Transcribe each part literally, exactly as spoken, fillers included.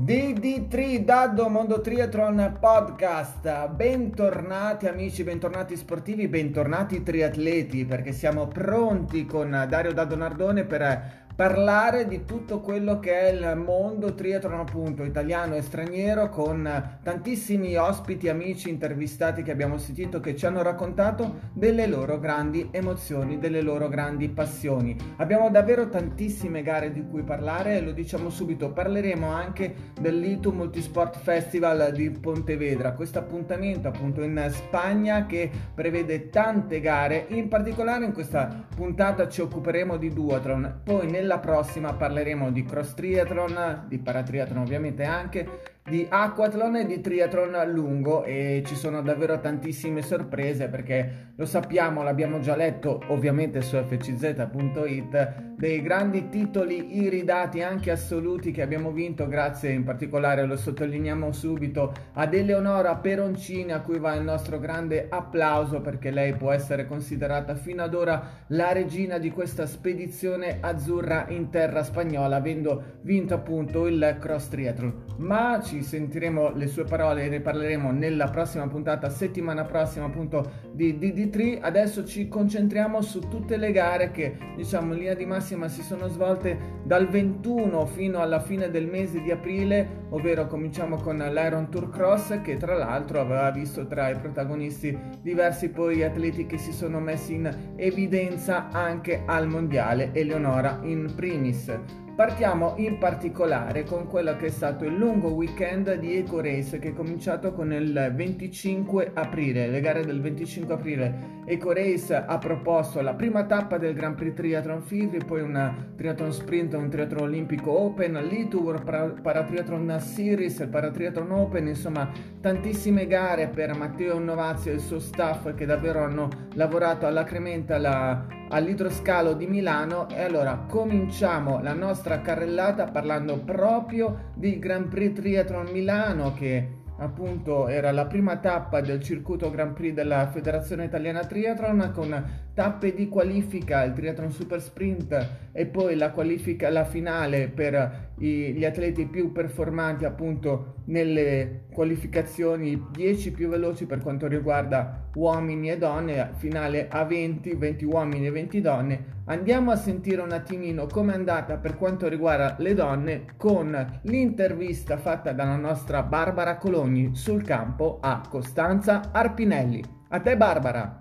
D D tre Daddo Mondo Triathlon Podcast. Bentornati amici, bentornati sportivi, bentornati triatleti, perché siamo pronti con Dario Daddo Nardone per parlare di tutto quello che è il mondo triathlon, appunto italiano e straniero, con tantissimi ospiti, amici, intervistati che abbiamo sentito, che ci hanno raccontato delle loro grandi emozioni, delle loro grandi passioni. Abbiamo davvero tantissime gare di cui parlare e lo diciamo subito. Parleremo anche dell'I T U Multisport Festival di Pontevedra, questo appuntamento appunto in Spagna che prevede tante gare. In particolare in questa puntata ci occuperemo di duathlon, poi nel la prossima parleremo di cross triathlon, di paratriathlon ovviamente anche, di aquathlon e di triathlon lungo, e ci sono davvero tantissime sorprese perché lo sappiamo, l'abbiamo già letto ovviamente su F C Z punto it, dei grandi titoli iridati anche assoluti che abbiamo vinto grazie in particolare, lo sottolineiamo subito, ad Eleonora Peroncini, a cui va il nostro grande applauso perché lei può essere considerata fino ad ora la regina di questa spedizione azzurra in terra spagnola, avendo vinto appunto il cross triathlon. Ma ci sentiremo le sue parole e ne parleremo nella prossima puntata, settimana prossima appunto di D D tre. Adesso ci concentriamo su tutte le gare che diciamo in linea di massima si sono svolte dal ventuno fino alla fine del mese di aprile, ovvero cominciamo con l'Iron Tour Cross, che tra l'altro aveva visto tra i protagonisti diversi poi atleti che si sono messi in evidenza anche al mondiale, Eleonora in primis. Partiamo in particolare con quello che è stato il lungo weekend di Eco Race, che è cominciato con il venticinque aprile, le gare del venticinque aprile. Eco Race ha proposto la prima tappa del Grand Prix Triathlon Figli, poi una triathlon sprint, un triathlon olimpico open, l'I T U World Paratriathlon Series, il Paratriathlon Open, insomma tantissime gare per Matteo Novazio e il suo staff che davvero hanno lavorato alacremente alla all'idroscalo di Milano. E allora cominciamo la nostra carrellata parlando proprio di Grand Prix Triathlon Milano, che appunto era la prima tappa del circuito Grand Prix della Federazione Italiana Triathlon, con tappe di qualifica, il triathlon super sprint e poi la qualifica, la finale per i, gli atleti più performanti appunto nelle qualificazioni dieci più veloci per quanto riguarda uomini e donne, finale a venti, venti uomini e venti donne. Andiamo a sentire un attimino com'è andata per quanto riguarda le donne con l'intervista fatta dalla nostra Barbara Cologni sul campo a Costanza Arpinelli. A te Barbara!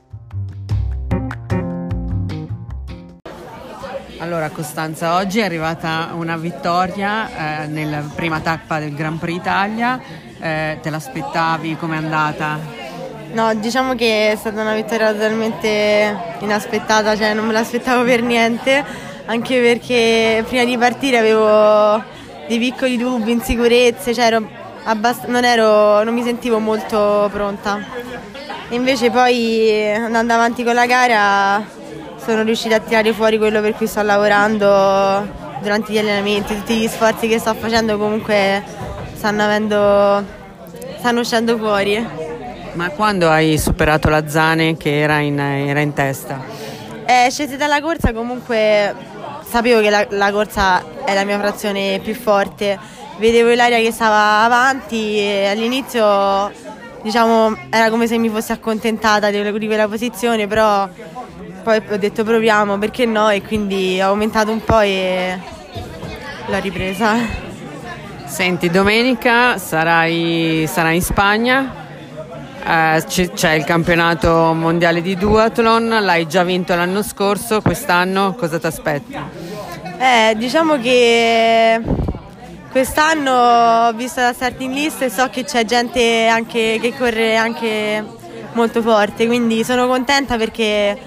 Allora Costanza, oggi è arrivata una vittoria eh, nella prima tappa del Grand Prix Italia, eh, te l'aspettavi? Com'è andata? No, diciamo che è stata una vittoria totalmente inaspettata, cioè non me l'aspettavo per niente, anche perché prima di partire avevo dei piccoli dubbi, insicurezze, cioè ero abbast- non, ero, non mi sentivo molto pronta. E invece poi andando avanti con la gara sono riuscita a tirare fuori quello per cui sto lavorando durante gli allenamenti, tutti gli sforzi che sto facendo comunque stanno avendo, stanno uscendo fuori. Ma quando hai superato la Zane che era in, era in testa? Eh, scesi dalla corsa, comunque sapevo che la, la corsa è la mia frazione più forte, vedevo Ilaria che stava avanti e all'inizio diciamo era come se mi fossi accontentata di, di quella posizione, però poi ho detto proviamo, perché no, e quindi ho aumentato un po' e l'ho ripresa. Senti, domenica sarai, sarai in Spagna, eh, c- c'è il campionato mondiale di duathlon, l'hai già vinto l'anno scorso, quest'anno cosa ti aspetti? Eh, diciamo che quest'anno ho visto la starting list e so che c'è gente anche che corre anche molto forte, quindi sono contenta perché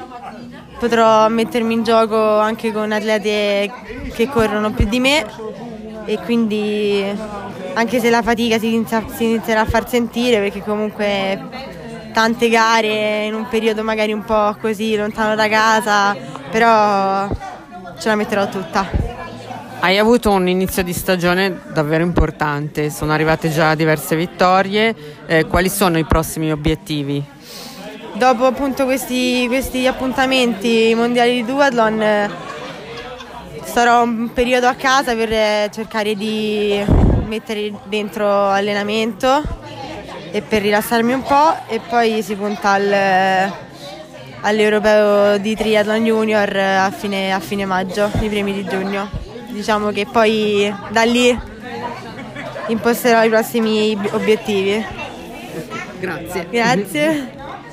potrò mettermi in gioco anche con atlete che corrono più di me, e quindi anche se la fatica si, inizia, si inizierà a far sentire, perché comunque tante gare in un periodo magari un po' così lontano da casa, però ce la metterò tutta. Hai avuto un inizio di stagione davvero importante, sono arrivate già diverse vittorie, eh, quali sono i prossimi obiettivi? Dopo appunto questi, questi appuntamenti mondiali di duathlon starò un periodo a casa per cercare di mettere dentro allenamento e per rilassarmi un po', e poi si punta al, all'Europeo di Triathlon Junior a fine, a fine maggio, i primi di giugno. Diciamo che poi da lì imposterò i prossimi obiettivi. Grazie. Grazie.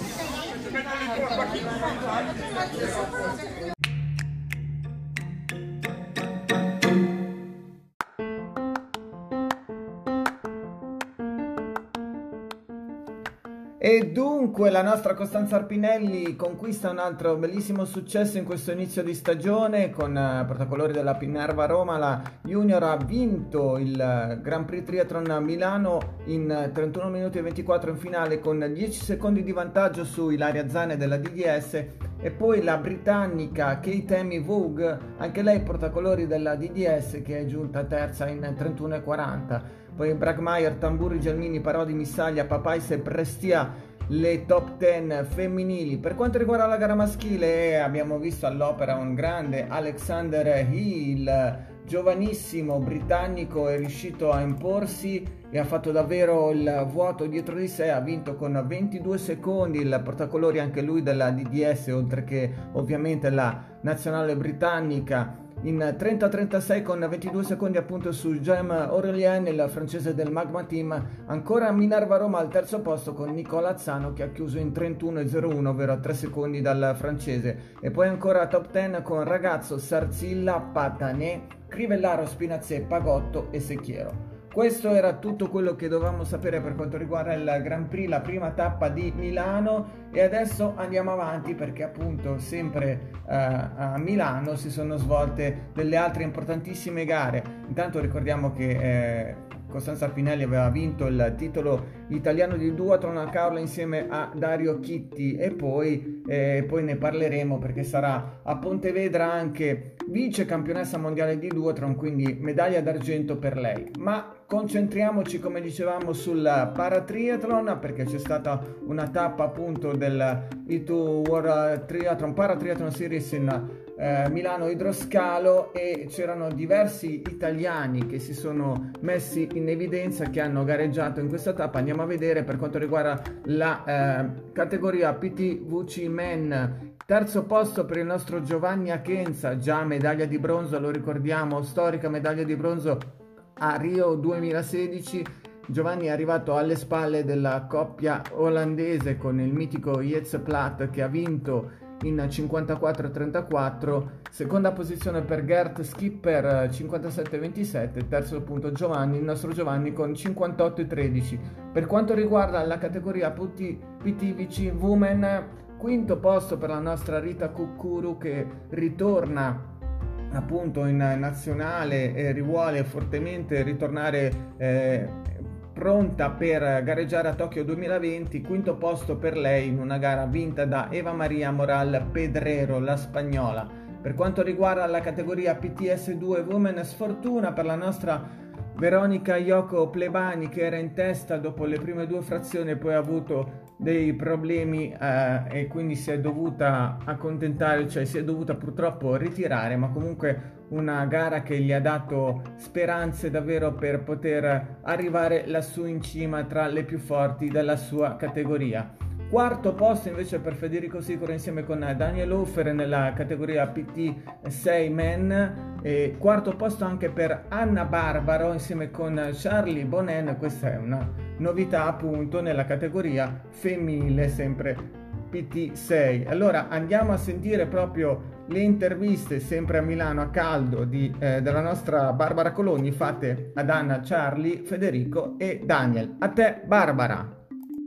E dunque la nostra Costanza Arpinelli conquista un altro bellissimo successo in questo inizio di stagione con uh, portacolori della Pinerva Roma. La Junior ha vinto il uh, Grand Prix Triathlon a Milano in uh, trentuno minuti e ventiquattro in finale, con dieci secondi di vantaggio su Ilaria Zane della D D S, e poi la britannica Kate Amy Vogue, anche lei portacolori della D D S, che è giunta terza in trentuno e quaranta. Poi Bragmeier, Tamburi, Gelmini, Parodi, Missaglia, Papais e Prestia le top dieci femminili. Per quanto riguarda la gara maschile, abbiamo visto all'opera un grande Alexander Hill, giovanissimo britannico, è riuscito a imporsi e ha fatto davvero il vuoto dietro di sé. Ha vinto con ventidue secondi, il portacolori anche lui della D D S, oltre che ovviamente la nazionale britannica, in trenta trentasei con ventidue secondi appunto su Jem Aurelien, il francese del Magma Team. Ancora Minerva Roma al terzo posto con Nicola Azzano, che ha chiuso in trentuno e zero uno, ovvero a tre secondi dal francese. E poi ancora top dieci con Ragazzo, Sarzilla, Patanè, Crivellaro, Spinazze, Pagotto e Secchiero. Questo era tutto quello che dovevamo sapere per quanto riguarda il Grand Prix, la prima tappa di Milano, e adesso andiamo avanti perché appunto sempre uh, a Milano si sono svolte delle altre importantissime gare. Intanto ricordiamo che eh, Costanza Arpinelli aveva vinto il titolo italiano di duathlon a Caorla insieme a Dario Chitti, e poi, eh, poi ne parleremo perché sarà a Pontevedra anche vice campionessa mondiale di duathlon, quindi medaglia d'argento per lei. Ma concentriamoci, come dicevamo, sul paratriathlon, perché c'è stata una tappa appunto del I T U World Triathlon Paratriathlon Series in eh, Milano Idroscalo, e c'erano diversi italiani che si sono messi in evidenza, che hanno gareggiato in questa tappa. Andiamo a vedere per quanto riguarda la eh, categoria P T V C Men. Terzo posto per il nostro Giovanni Achenza, già medaglia di bronzo, lo ricordiamo, storica medaglia di bronzo a Rio duemilasedici. Giovanni è arrivato alle spalle della coppia olandese con il mitico Jets Platt, che ha vinto in cinquantaquattro trentaquattro. Seconda posizione per Gert Skipper, cinquantasette ventisette. Terzo appunto Giovanni, il nostro Giovanni, con cinquantotto tredici. Per quanto riguarda la categoria P T V C Women, quinto posto per la nostra Rita Cuccuru, che ritorna appunto in nazionale e rivuole fortemente ritornare eh, pronta per gareggiare a Tokyo duemilaventi. Quinto posto per lei in una gara vinta da Eva Maria Moral Pedrero, la spagnola. Per quanto riguarda la categoria P T S due Women, sfortuna per la nostra Veronica Iocco Plebani, che era in testa dopo le prime due frazioni e poi ha avuto dei problemi eh, e quindi si è dovuta accontentare, cioè si è dovuta purtroppo ritirare, ma comunque una gara che gli ha dato speranze davvero per poter arrivare lassù in cima tra le più forti della sua categoria. Quarto posto invece per Federico Sicuro insieme con Daniel Hofer nella categoria P T sei Men, e quarto posto anche per Anna Barbaro insieme con Charlie Bonen. Questa è una novità appunto nella categoria femminile, sempre P T sei. Allora andiamo a sentire proprio le interviste sempre a Milano a caldo di, eh, della nostra Barbara Cologni, fatte ad Anna, Charlie, Federico e Daniel. A te Barbara.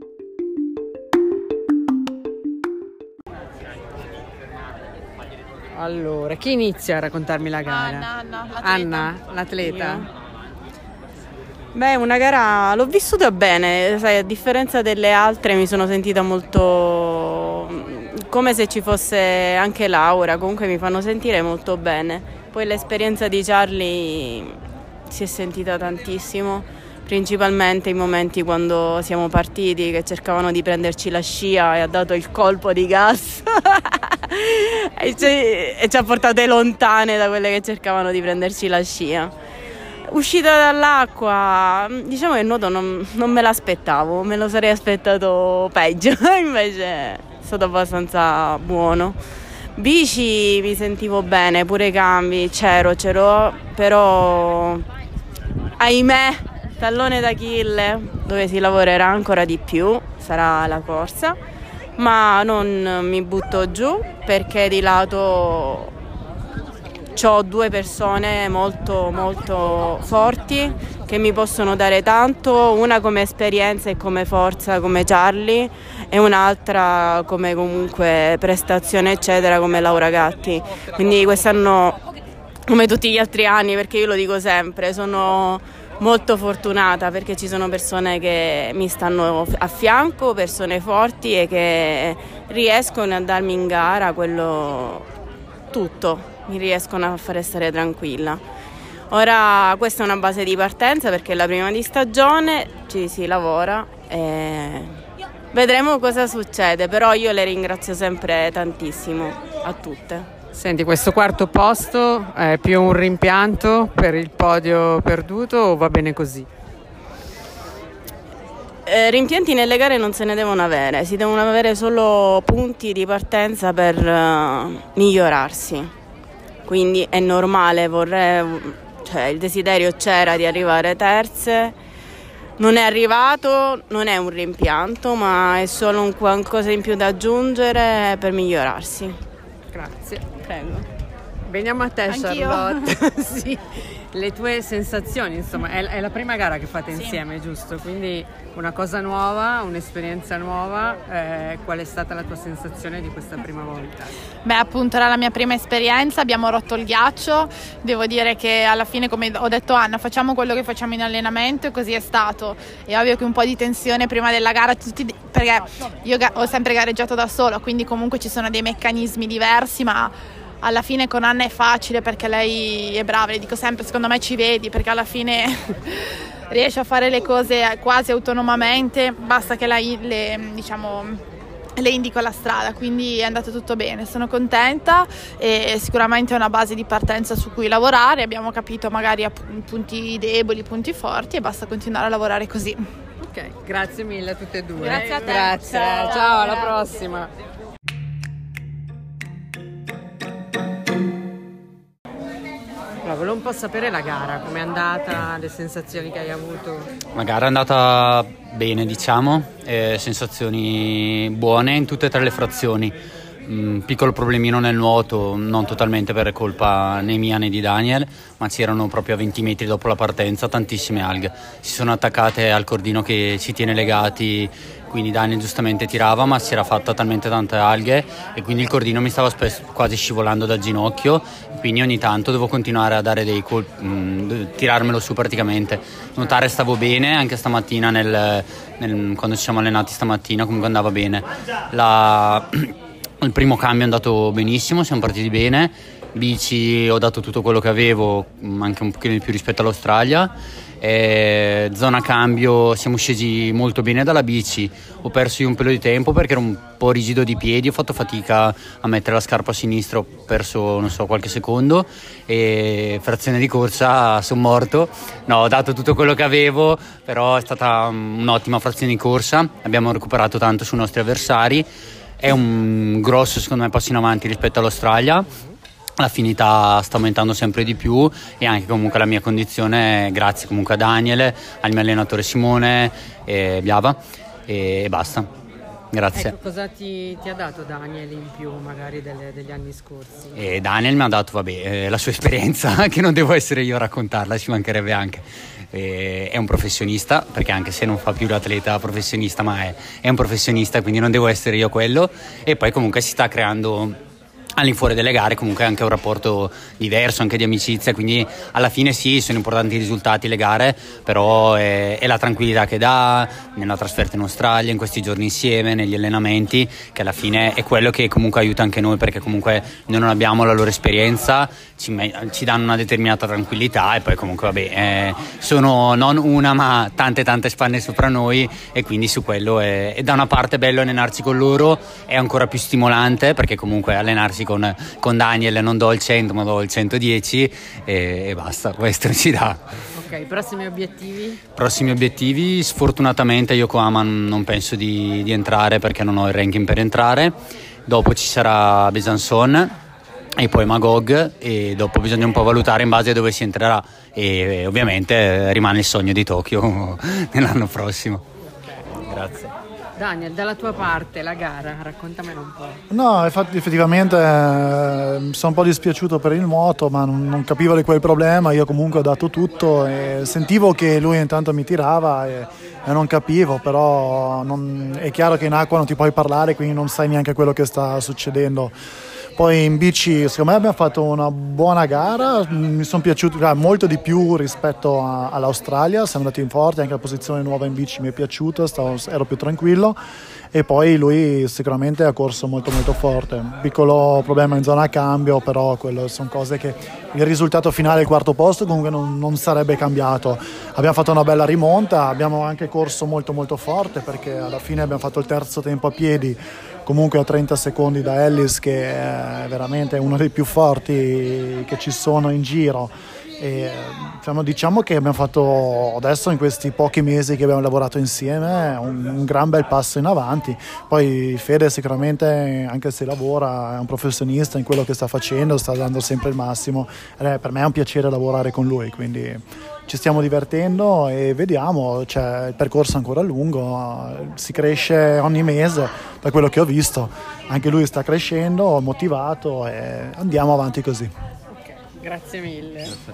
Allora, chi inizia a raccontarmi la gara? Anna, Anna, l'atleta. Anna, l'atleta. Io. Beh, una gara l'ho vissuta bene, sai, a differenza delle altre mi sono sentita molto come se ci fosse anche Laura, comunque mi fanno sentire molto bene. Poi l'esperienza di Charlie si è sentita tantissimo, principalmente i momenti quando siamo partiti che cercavano di prenderci la scia e ha dato il colpo di gas. e, ci, e ci ha portate lontane da quelle che cercavano di prenderci la scia. Uscita dall'acqua, diciamo che il nuoto non, non me l'aspettavo, me lo sarei aspettato peggio, invece è stato abbastanza buono. Bici mi sentivo bene, pure i cambi, c'ero, c'ero, però ahimè, tallone d'Achille, dove si lavorerà ancora di più, sarà la corsa, ma non mi butto giù perché di lato ho due persone molto molto forti che mi possono dare tanto, una come esperienza e come forza come Charlie e un'altra come comunque prestazione eccetera come Laura Gatti. Quindi quest'anno, come tutti gli altri anni, perché io lo dico sempre, sono molto fortunata perché ci sono persone che mi stanno a fianco, persone forti e che riescono a darmi in gara quello tutto, mi riescono a fare stare tranquilla. Ora questa è una base di partenza perché è la prima di stagione, ci si lavora e vedremo cosa succede, però io le ringrazio sempre tantissimo a tutte. Senti, questo quarto posto è più un rimpianto per il podio perduto o va bene così? Eh, rimpianti nelle gare non se ne devono avere, si devono avere solo punti di partenza per uh, migliorarsi. Quindi è normale, vorrei, cioè il desiderio c'era di arrivare terze, non è arrivato, non è un rimpianto, ma è solo un qualcosa in più da aggiungere per migliorarsi. Grazie. Prego. Veniamo a te, Anch'io. Charlotte. Sì. Le tue sensazioni, insomma, è, è la prima gara che fate Sì. insieme, giusto? Quindi una cosa nuova, un'esperienza nuova. Eh, qual è stata la tua sensazione di questa prima volta? Beh, appunto era la mia prima esperienza, abbiamo rotto il ghiaccio, devo dire che alla fine, come ho detto Anna, facciamo quello che facciamo in allenamento e così è stato. È ovvio che un po' di tensione prima della gara, tutti, perché io ga- ho sempre gareggiato da sola, quindi comunque ci sono dei meccanismi diversi, ma alla fine con Anna è facile perché lei è brava, le dico sempre, secondo me ci vedi, perché alla fine riesce a fare le cose quasi autonomamente, basta che lei le, diciamo, le indico la strada, quindi è andato tutto bene, sono contenta e sicuramente è una base di partenza su cui lavorare, abbiamo capito magari punti deboli, punti forti e basta continuare a lavorare così. Ok, grazie mille a tutte e due. Grazie a te. Grazie, Ciao. ciao, alla prossima. Allora, volevo un po' sapere la gara, com'è andata, le sensazioni che hai avuto. La gara è andata bene, diciamo, eh, sensazioni buone in tutte e tre le frazioni. Un piccolo problemino nel nuoto, non totalmente per colpa né mia né di Daniel, ma c'erano proprio a venti metri dopo la partenza tantissime alghe. Si sono attaccate al cordino che ci tiene legati, quindi Daniel giustamente tirava, ma si era fatta talmente tante alghe e quindi il cordino mi stava spesso quasi scivolando dal ginocchio, quindi ogni tanto devo continuare a dare dei colpi, mh, tirarmelo su praticamente. Nuotare stavo bene, anche stamattina nel, nel, quando ci siamo allenati stamattina comunque andava bene. La... Il primo cambio è andato benissimo, siamo partiti bene, bici ho dato tutto quello che avevo, anche un pochino di più rispetto all'Australia, e zona cambio siamo scesi molto bene dalla bici, ho perso io un pelo di tempo perché ero un po' rigido di piedi, ho fatto fatica a mettere la scarpa a sinistra, ho perso non so qualche secondo e frazione di corsa sono morto, no, ho dato tutto quello che avevo, però è stata un'ottima frazione di corsa, abbiamo recuperato tanto sui nostri avversari. È un grosso, secondo me, passo in avanti rispetto all'Australia. L'affinità sta aumentando sempre di più e anche comunque la mia condizione, grazie comunque a Daniele, al mio allenatore Simone e Biava e basta. Grazie. Ecco, cosa ti, ti ha dato Daniel in più magari delle, degli anni scorsi? E Daniel mi ha dato, vabbè, eh, la sua esperienza, che non devo essere io a raccontarla, ci mancherebbe anche. Eh, è un professionista, perché anche se non fa più l'atleta professionista, ma è, è un professionista, quindi non devo essere io quello. E poi comunque si sta creando all'infuori delle gare comunque anche un rapporto diverso, anche di amicizia, quindi alla fine sì, sono importanti i risultati, le gare, però è, è la tranquillità che dà nella trasferta in Australia, in questi giorni insieme, negli allenamenti, che alla fine è quello che comunque aiuta anche noi, perché comunque noi non abbiamo la loro esperienza, ci, ci danno una determinata tranquillità e poi comunque vabbè, eh, sono non una ma tante tante spanne sopra noi, e quindi su quello è, è da una parte bello allenarsi con loro, è ancora più stimolante perché comunque allenarsi con, con Daniel non do il cento ma do il centodieci e, e basta, questo ci dà. Ok, prossimi obiettivi? Prossimi obiettivi, sfortunatamente Yokohama non penso di, di entrare perché non ho il ranking per entrare, dopo ci sarà Besançon e poi Magog, e dopo bisogna un po' valutare in base a dove si entrerà, e, e ovviamente rimane il sogno di Tokyo nell'anno prossimo. Okay. Grazie. Daniel, dalla tua parte la gara, raccontamelo un po'. No, infatti, effettivamente eh, sono un po' dispiaciuto per il nuoto, ma non, non capivo di quel problema. Io comunque ho dato tutto e sentivo che lui intanto mi tirava e, e non capivo, però non, è chiaro che in acqua non ti puoi parlare, quindi non sai neanche quello che sta succedendo. Poi in bici secondo me abbiamo fatto una buona gara, mi sono piaciuti molto di più rispetto a, all'Australia, siamo andati in forte, anche la posizione nuova in bici mi è piaciuta, stavo, ero più tranquillo, e poi lui sicuramente ha corso molto molto forte, un piccolo problema in zona cambio, però quello sono cose che il risultato finale, il quarto posto, comunque non, non sarebbe cambiato. Abbiamo fatto una bella rimonta, abbiamo anche corso molto molto forte perché alla fine abbiamo fatto il terzo tempo a piedi, comunque a trenta secondi da Ellis, che è veramente uno dei più forti che ci sono in giro. E diciamo, diciamo che abbiamo fatto adesso, in questi pochi mesi che abbiamo lavorato insieme, un, un gran bel passo in avanti. Poi Fede sicuramente, anche se lavora, è un professionista in quello che sta facendo, sta dando sempre il massimo, eh, per me è un piacere lavorare con lui, quindi ci stiamo divertendo e vediamo, cioè, il percorso è ancora lungo, si cresce ogni mese da quello che ho visto, anche lui sta crescendo, motivato, e andiamo avanti così. Ok, grazie mille. Grazie.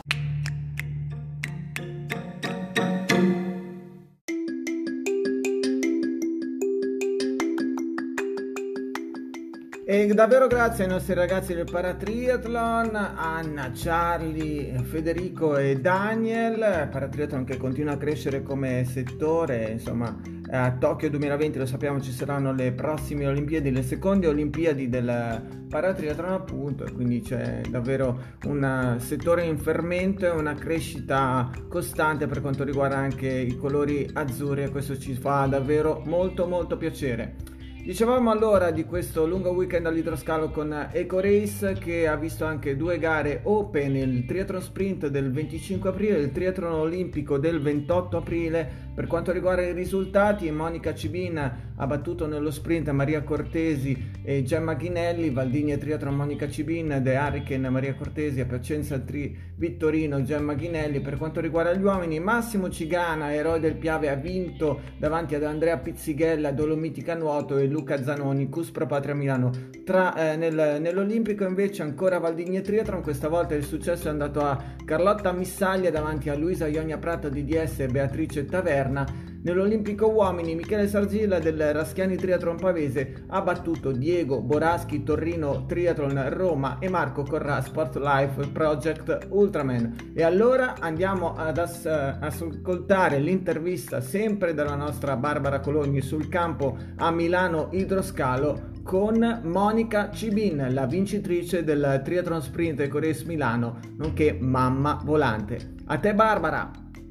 E davvero grazie ai nostri ragazzi del Paratriathlon, Anna, Charlie, Federico e Daniel. Paratriathlon che continua a crescere come settore, insomma a Tokyo duemilaventi lo sappiamo ci saranno le prossime Olimpiadi, le seconde Olimpiadi del Paratriathlon appunto, e quindi c'è davvero un settore in fermento e una crescita costante per quanto riguarda anche i colori azzurri, e questo ci fa davvero molto molto piacere. Dicevamo allora di questo lungo weekend all'idroscalo con EcoRace, che ha visto anche due gare open, il triathlon sprint del venticinque aprile e il triathlon olimpico del ventotto aprile. Per quanto riguarda i risultati, Monica Cibin ha battuto nello sprint Maria Cortesi e Gemma Ghinelli, Valdigne Triathlon Monica Cibin, De Hurricane Maria Cortesi, a Piacenza Tri Vittorino Gemma Ghinelli. Per quanto riguarda gli uomini, Massimo Cigana, eroe del Piave, ha vinto davanti ad Andrea Pizzighella, Dolomitica Nuoto, e Luca Zanoni, Cuspro Patria Milano. Tra, eh, nel, nell'Olimpico invece ancora Valdigne Triathlon, questa volta il successo è andato a Carlotta Missaglia davanti a Luisa Ionia Prato di D S e Beatrice Taverna. Nell'Olimpico uomini Michele Sarzilla del Raschiani Triathlon Pavese ha battuto Diego Boraschi Torrino Triathlon Roma e Marco Corrà Sport Life Project Ultraman. E allora andiamo ad as- ascoltare l'intervista sempre dalla nostra Barbara Cologni sul campo a Milano Idroscalo con Monica Cibin, la vincitrice del Triathlon Sprint EcoRace Milano, nonché mamma volante. A te Barbara!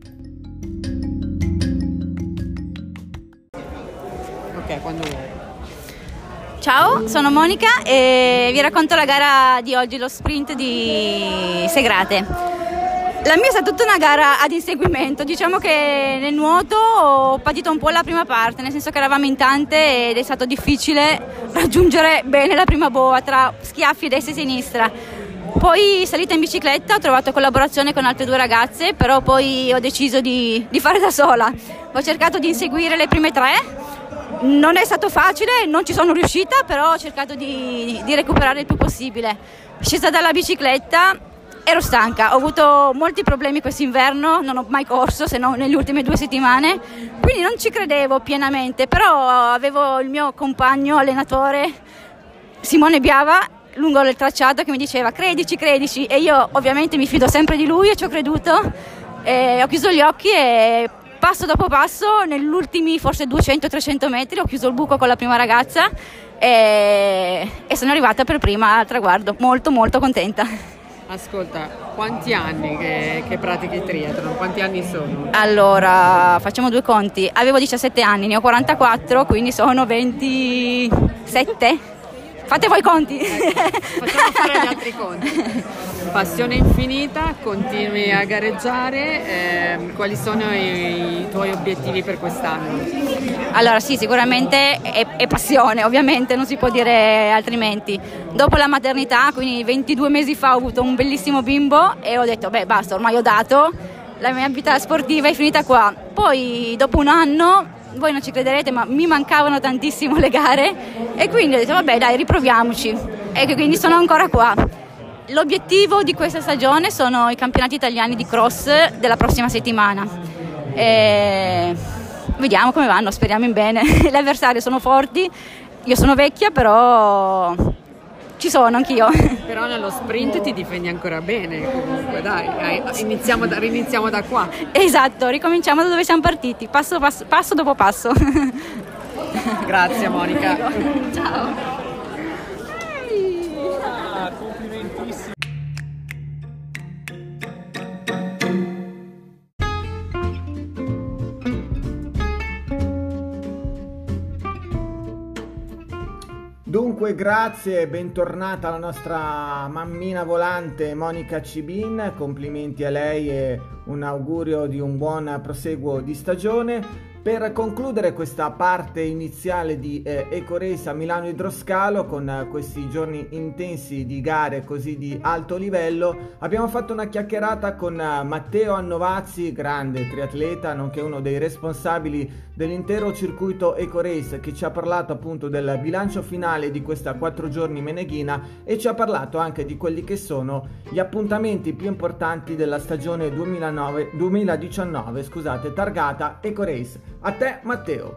Ok, quando vuoi. Ciao, sono Monica e vi racconto la gara di oggi, lo sprint di Segrate. La mia è stata tutta una gara ad inseguimento, diciamo che nel nuoto ho patito un po' la prima parte, nel senso che eravamo in tante ed è stato difficile raggiungere bene la prima boa tra schiaffi destra e sinistra. Poi salita in bicicletta, ho trovato collaborazione con altre due ragazze, però poi ho deciso di, di fare da sola. Ho cercato di inseguire le prime tre, non è stato facile, non ci sono riuscita, però ho cercato di, di recuperare il più possibile. Scesa dalla bicicletta, ero stanca, ho avuto molti problemi quest'inverno, non ho mai corso se non nelle ultime due settimane, quindi non ci credevo pienamente, però avevo il mio compagno allenatore Simone Biava lungo il tracciato che mi diceva credici, credici, e io ovviamente mi fido sempre di lui e ci ho creduto, e ho chiuso gli occhi e passo dopo passo, negli ultimi forse duecento trecento metri ho chiuso il buco con la prima ragazza e, e sono arrivata per prima al traguardo, molto molto contenta. Ascolta, quanti anni che, che pratichi triathlon? Quanti anni sono? Allora, facciamo due conti. Avevo diciassette anni, ne ho quarantaquattro, quindi sono ventisette. Fate voi i conti. Ecco, facciamo fare gli altri conti. Passione infinita, continui a gareggiare. Eh, quali sono i, i tuoi obiettivi per quest'anno? Allora sì, sicuramente è, è passione, ovviamente non si può dire altrimenti. Dopo la maternità, quindi ventidue mesi fa, ho avuto un bellissimo bimbo e ho detto beh basta, ormai ho dato, la mia vita sportiva è finita qua. Poi dopo un anno, voi non ci crederete, ma mi mancavano tantissimo le gare e quindi ho detto vabbè dai, riproviamoci, e quindi sono ancora qua. L'obiettivo di questa stagione sono i campionati italiani di cross della prossima settimana e vediamo come vanno, speriamo in bene. Le avversarie sono forti, io sono vecchia, però ci sono anch'io. Però nello sprint ti difendi ancora bene, comunque dai, iniziamo da, riniziamo da qua. Esatto, ricominciamo da dove siamo partiti, passo, passo, passo dopo passo. Grazie Monica. Ciao. Dunque grazie e bentornata alla nostra mammina volante Monica Cibin, complimenti a lei e un augurio di un buon proseguo di stagione. Per concludere questa parte iniziale di eh, EcoRace a Milano Idroscalo, con eh, questi giorni intensi di gare così di alto livello, abbiamo fatto una chiacchierata con eh, Matteo Annovazzi, grande triatleta, nonché uno dei responsabili dell'intero circuito EcoRace, che ci ha parlato appunto del bilancio finale di questa quattro giorni meneghina e ci ha parlato anche di quelli che sono gli appuntamenti più importanti della stagione duemilanove duemiladiciannove, scusate, targata EcoRace. A te Matteo.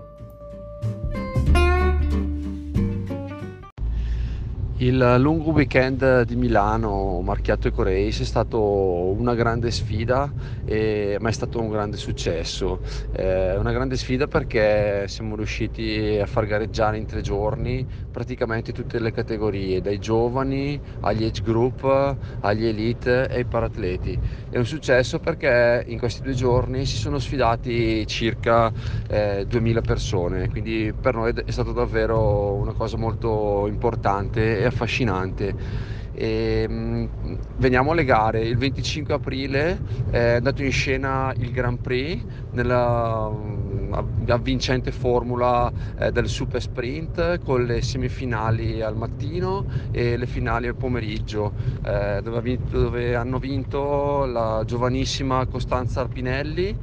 Il lungo weekend di Milano marchiato EcoRace è stato una grande sfida, e, ma è stato un grande successo. Eh, una grande sfida perché siamo riusciti a far gareggiare in tre giorni praticamente tutte le categorie, dai giovani agli age group, agli elite e ai paratleti. È un successo perché in questi due giorni si sono sfidati circa eh, duemila persone, quindi per noi è stato davvero una cosa molto importante e affascinante. E, mh, veniamo alle gare. Il venticinque aprile è andato in scena il Grand Prix nella mh, avvincente formula eh, del super sprint, con le semifinali al mattino e le finali al pomeriggio, eh, dove, ha vinto, dove hanno vinto la giovanissima Costanza Arpinelli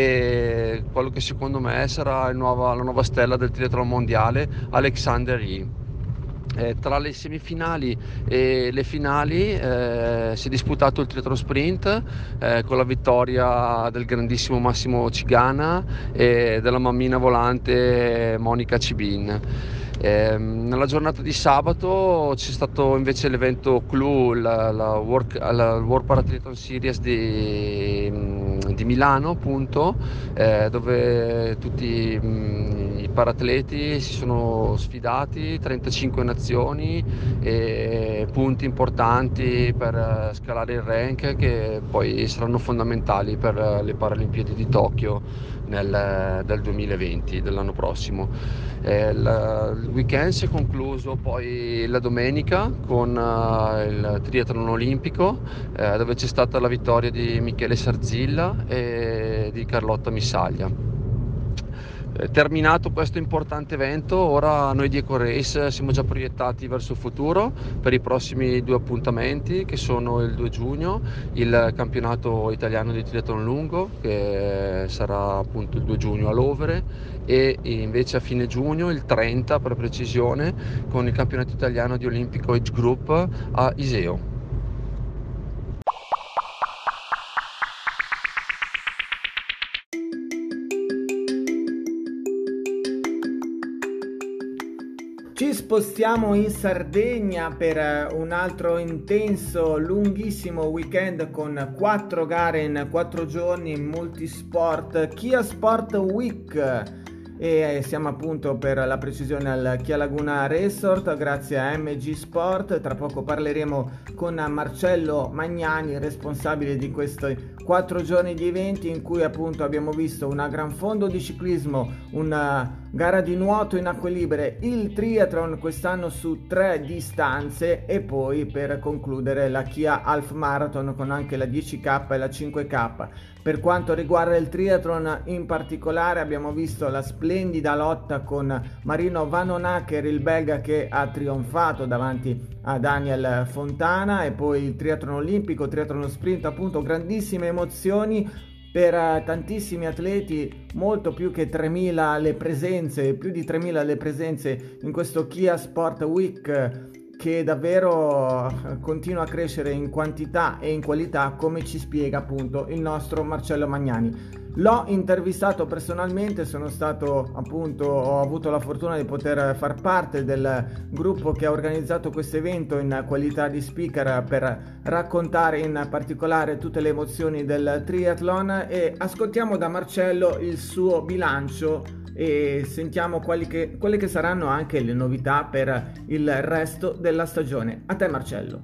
e quello che secondo me sarà il nuova, la nuova stella del triathlon mondiale, Alexander Yee. Eh, tra le semifinali e le finali eh, si è disputato il triathlon sprint eh, con la vittoria del grandissimo Massimo Cigana e della mammina volante Monica Cibin. Eh, nella giornata di sabato c'è stato invece l'evento Clou, la, la, World, la World Paratriathlon Series di, di Milano, appunto, eh, dove tutti mh, i paratleti si sono sfidati, trentacinque nazioni e punti importanti per scalare il rank, che poi saranno fondamentali per le Paralimpiadi di Tokyo nel, del duemilaventi, dell'anno prossimo. Eh, il, il weekend si è concluso poi la domenica con uh, il triathlon olimpico, eh, dove c'è stata la vittoria di Michele Sarzilla e di Carlotta Missaglia. Terminato questo importante evento, ora noi di EcoRace siamo già proiettati verso il futuro per i prossimi due appuntamenti, che sono il due giugno il campionato italiano di triathlon lungo, che sarà appunto il due giugno a Lovere, e invece a fine giugno, il trenta per precisione, con il campionato italiano di olimpico age group a Iseo. Ci spostiamo in Sardegna per un altro intenso, lunghissimo weekend con quattro gare in quattro giorni in multisport, Kia Sport Week. E siamo appunto, per la precisione, al Kia Laguna Resort grazie a M G Sport. Tra poco parleremo con Marcello Magnani, responsabile di questi quattro giorni di eventi, in cui appunto abbiamo visto una gran fondo di ciclismo, una gara di nuoto in acque libere, il triathlon quest'anno su tre distanze, e poi per concludere la Kia Half Marathon con anche la dieci K e la cinque K. Per quanto riguarda il triathlon in particolare, abbiamo visto la splendida lotta con Marino Vanhoenacker, il belga, che ha trionfato davanti a Daniel Fontana, e poi il triathlon olimpico, triathlon sprint, appunto grandissime emozioni per tantissimi atleti, molto più che tremila le presenze, più di tremila le presenze in questo Kia Sport Week, che davvero continua a crescere in quantità e in qualità, come ci spiega appunto il nostro Marcello Magnani. L'ho intervistato personalmente, sono stato appunto, ho avuto la fortuna di poter far parte del gruppo che ha organizzato questo evento in qualità di speaker, per raccontare in particolare tutte le emozioni del triathlon, e ascoltiamo da Marcello il suo bilancio e sentiamo quali che, quelle che saranno anche le novità per il resto della stagione. A te Marcello.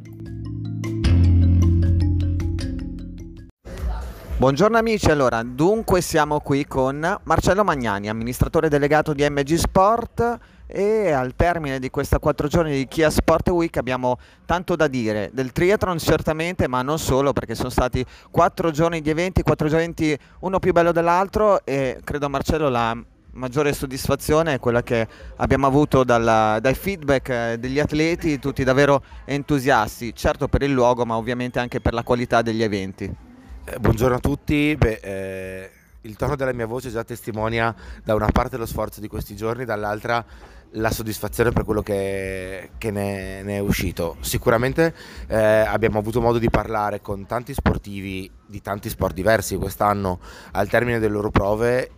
Buongiorno amici, allora dunque siamo qui con Marcello Magnani, amministratore delegato di M G Sport, e al termine di questa quattro giorni di Kia Sport Week abbiamo tanto da dire del triathlon certamente, ma non solo, perché sono stati quattro giorni di eventi, quattro eventi uno più bello dell'altro, e credo Marcello la maggiore soddisfazione è quella che abbiamo avuto dalla, dai feedback degli atleti, tutti davvero entusiasti, certo per il luogo ma ovviamente anche per la qualità degli eventi. Eh, buongiorno a tutti. Beh, eh, il tono della mia voce già testimonia da una parte lo sforzo di questi giorni, dall'altra la soddisfazione per quello che, che ne, ne è uscito. Sicuramente eh, abbiamo avuto modo di parlare con tanti sportivi di tanti sport diversi quest'anno al termine delle loro prove,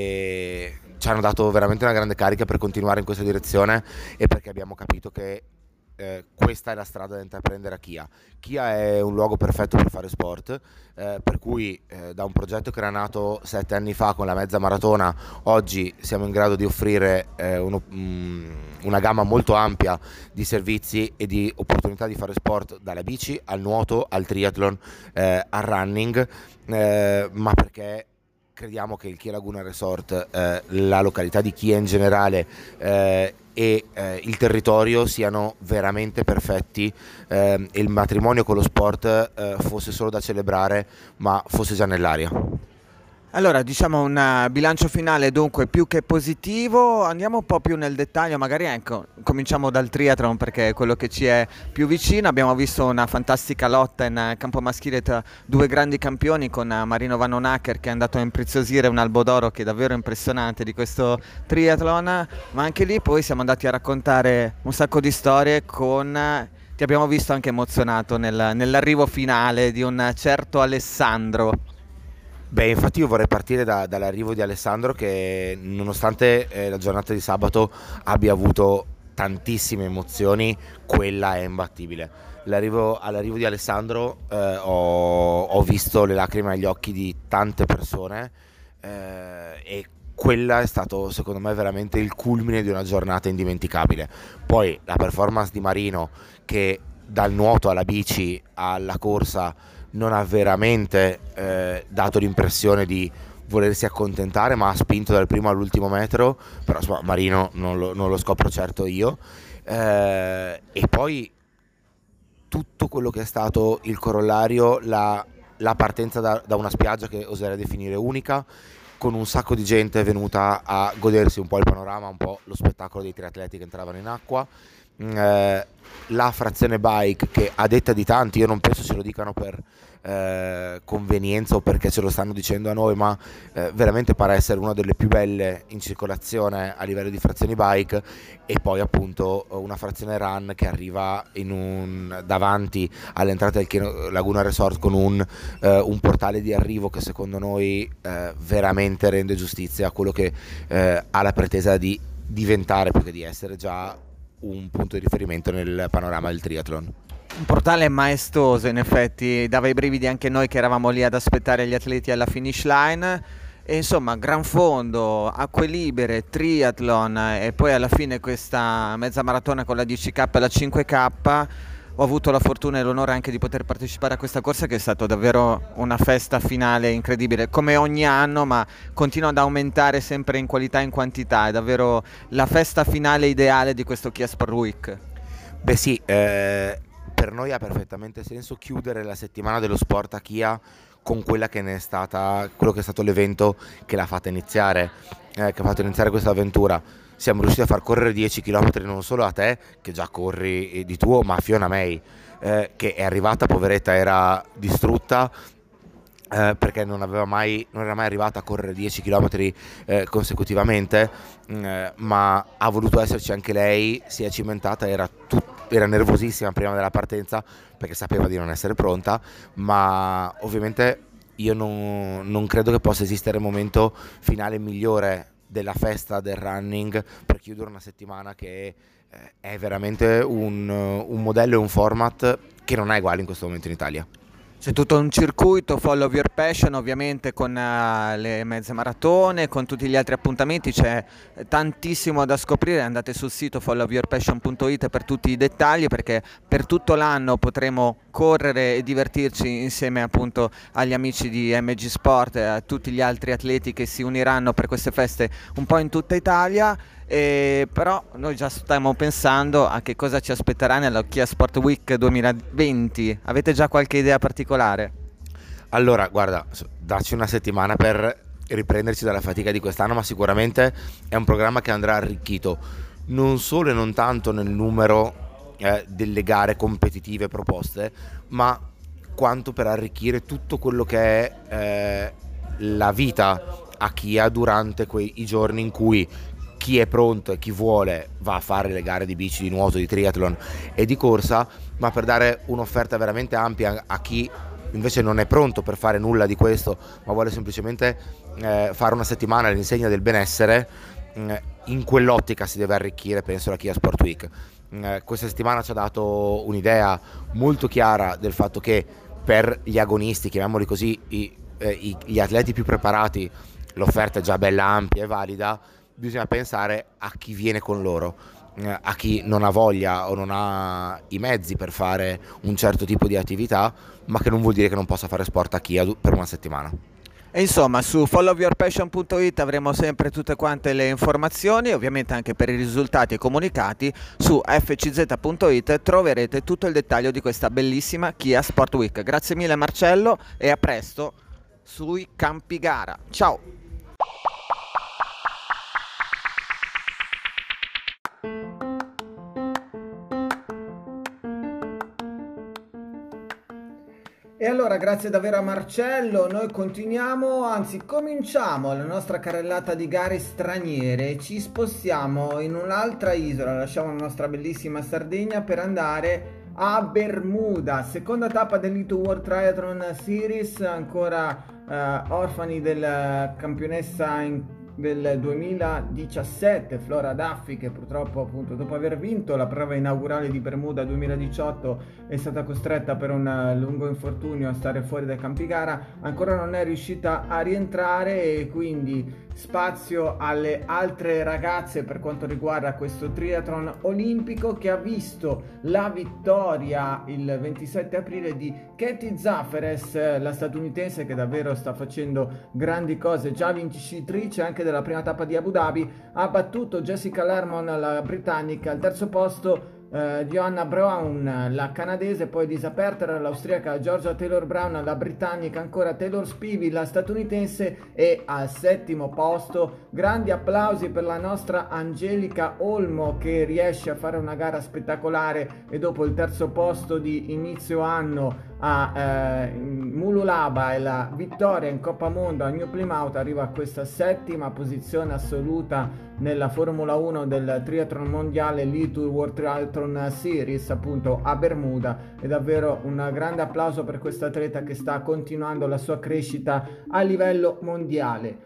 e ci hanno dato veramente una grande carica per continuare in questa direzione, e perché abbiamo capito che Eh, questa è la strada da intraprendere a Kia. Kia è un luogo perfetto per fare sport, eh, per cui eh, da un progetto che era nato sette anni fa con la mezza maratona, oggi siamo in grado di offrire eh, uno, mm, una gamma molto ampia di servizi e di opportunità di fare sport, dalla bici al nuoto al triathlon eh, al running, eh, ma perché crediamo che il Kia Laguna Resort, eh, la località di Chia in generale eh, e eh, il territorio siano veramente perfetti, eh, e il matrimonio con lo sport eh, fosse solo da celebrare, ma fosse già nell'aria. Allora, diciamo un bilancio finale dunque più che positivo. Andiamo un po' più nel dettaglio, magari ecco, cominciamo dal triathlon perché è quello che ci è più vicino. Abbiamo visto una fantastica lotta in campo maschile tra due grandi campioni, con Marino Vanhoenacker che è andato a impreziosire un albo d'oro che è davvero impressionante di questo triathlon, ma anche lì poi siamo andati a raccontare un sacco di storie con... Ti abbiamo visto anche emozionato nel, nell'arrivo finale di un certo Alessandro. Beh, infatti io vorrei partire da, dall'arrivo di Alessandro, che nonostante eh, la giornata di sabato abbia avuto tantissime emozioni, quella è imbattibile. L'arrivo, all'arrivo di Alessandro eh, ho, ho visto le lacrime agli occhi di tante persone, eh, e quella è stato secondo me veramente il culmine di una giornata indimenticabile. Poi la performance di Marino, che dal nuoto alla bici alla corsa non ha veramente eh, dato l'impressione di volersi accontentare, ma ha spinto dal primo all'ultimo metro, però insomma Marino non lo, non lo scopro certo io, eh, e poi tutto quello che è stato il corollario, la, la partenza da, da una spiaggia che oserei definire unica, con un sacco di gente venuta a godersi un po' il panorama, un po' lo spettacolo dei triatleti che entravano in acqua, eh, la frazione bike che, a detta di tanti, io non penso ce lo dicano per eh, convenienza o perché ce lo stanno dicendo a noi, ma eh, veramente pare essere una delle più belle in circolazione a livello di frazioni bike, e poi appunto una frazione run che arriva in un, davanti all'entrata del Kia Laguna Resort con un, eh, un portale di arrivo che secondo noi eh, veramente rende giustizia a quello che eh, ha la pretesa di diventare, più che di essere già un punto di riferimento nel panorama del triathlon. Un portale maestoso, in effetti, dava i brividi anche noi che eravamo lì ad aspettare gli atleti alla finish line. E insomma, gran fondo, acque libere, triathlon e poi alla fine questa mezza maratona con la dieci K e la cinque K. Ho avuto la fortuna e l'onore anche di poter partecipare a questa corsa, che è stata davvero una festa finale incredibile, come ogni anno, ma continua ad aumentare sempre in qualità e in quantità. È davvero la festa finale ideale di questo Kia Sport Week. Beh sì, eh, per noi ha perfettamente senso chiudere la settimana dello sport a Kia con quella che ne è stata, quello che è stato l'evento che l'ha fatta iniziare, eh, che ha fatto iniziare questa avventura. Siamo riusciti a far correre dieci chilometri non solo a te, che già corri di tuo, ma a Fiona May, eh, che è arrivata, poveretta, era distrutta, eh, perché non aveva mai, non era mai arrivata a correre dieci chilometri eh, consecutivamente, eh, ma ha voluto esserci anche lei, si è cimentata, era, tut- era nervosissima prima della partenza, perché sapeva di non essere pronta, ma ovviamente io non, non credo che possa esistere momento finale migliore della festa del running per chiudere una settimana che eh, è veramente un, un modello e un format che non ha uguali in questo momento in Italia. C'è tutto un circuito, Follow Your Passion, ovviamente con uh, le mezze maratone, con tutti gli altri appuntamenti, c'è tantissimo da scoprire. Andate sul sito follow your passion punto it per tutti i dettagli, perché per tutto l'anno potremo correre e divertirci insieme appunto agli amici di M G Sport e a tutti gli altri atleti che si uniranno per queste feste un po' in tutta Italia. Eh, però noi già stiamo pensando a che cosa ci aspetterà nella Kia Sport Week duemilaventi. Avete già qualche idea particolare? Allora, guarda, dacci una settimana per riprenderci dalla fatica di quest'anno, ma sicuramente è un programma che andrà arricchito non solo e non tanto nel numero eh, delle gare competitive proposte, ma quanto per arricchire tutto quello che è eh, la vita a Kia durante quei i giorni in cui chi è pronto e chi vuole va a fare le gare di bici, di nuoto, di triathlon e di corsa, ma per dare un'offerta veramente ampia a chi invece non è pronto per fare nulla di questo, ma vuole semplicemente eh, fare una settimana all'insegna del benessere. Eh, in quell'ottica si deve arricchire, penso, la Kia Sport Week. Eh, questa settimana ci ha dato un'idea molto chiara del fatto che per gli agonisti, chiamiamoli così, i, eh, i, gli atleti più preparati, l'offerta è già bella ampia e valida. Bisogna pensare a chi viene con loro, eh, a chi non ha voglia o non ha i mezzi per fare un certo tipo di attività, ma che non vuol dire che non possa fare sport a Kia per una settimana. E insomma, su follow your passion punto it avremo sempre tutte quante le informazioni, ovviamente anche per i risultati e comunicati. Su f c z punto it troverete tutto il dettaglio di questa bellissima Kia Sport Week. Grazie mille Marcello e a presto sui campi gara. Ciao! E allora, grazie davvero a Marcello, noi continuiamo, anzi cominciamo la nostra carrellata di gare straniere, ci spostiamo in un'altra isola, lasciamo la nostra bellissima Sardegna per andare a Bermuda, seconda tappa dell'E due World Triathlon Series, ancora eh, orfani del campionessa in del duemiladiciassette, Flora Duffy, che purtroppo appunto dopo aver vinto la prova inaugurale di Bermuda duemiladiciotto è stata costretta per un lungo infortunio a stare fuori dai campi gara, ancora non è riuscita a rientrare e quindi spazio alle altre ragazze per quanto riguarda questo triathlon olimpico, che ha visto la vittoria il ventisette aprile di Katie Zaferes, la statunitense che davvero sta facendo grandi cose, già vincitrice anche della prima tappa di Abu Dhabi, ha battuto Jessica Lermon, la britannica, al terzo posto Uh, Joanna Brown, la canadese, poi Lisa Perter, l'austriaca, Georgia Taylor Brown, la britannica, ancora Taylor Spivey, la statunitense, e al settimo posto grandi applausi per la nostra Angelica Olmo, che riesce a fare una gara spettacolare e dopo il terzo posto di inizio anno a eh, Mululaba e la vittoria in Coppa Mondo a New Plymouth arriva a questa settima posizione assoluta nella Formula uno del triathlon mondiale, l'E due World Triathlon Series, appunto a Bermuda. È davvero un grande applauso per questa atleta che sta continuando la sua crescita a livello mondiale.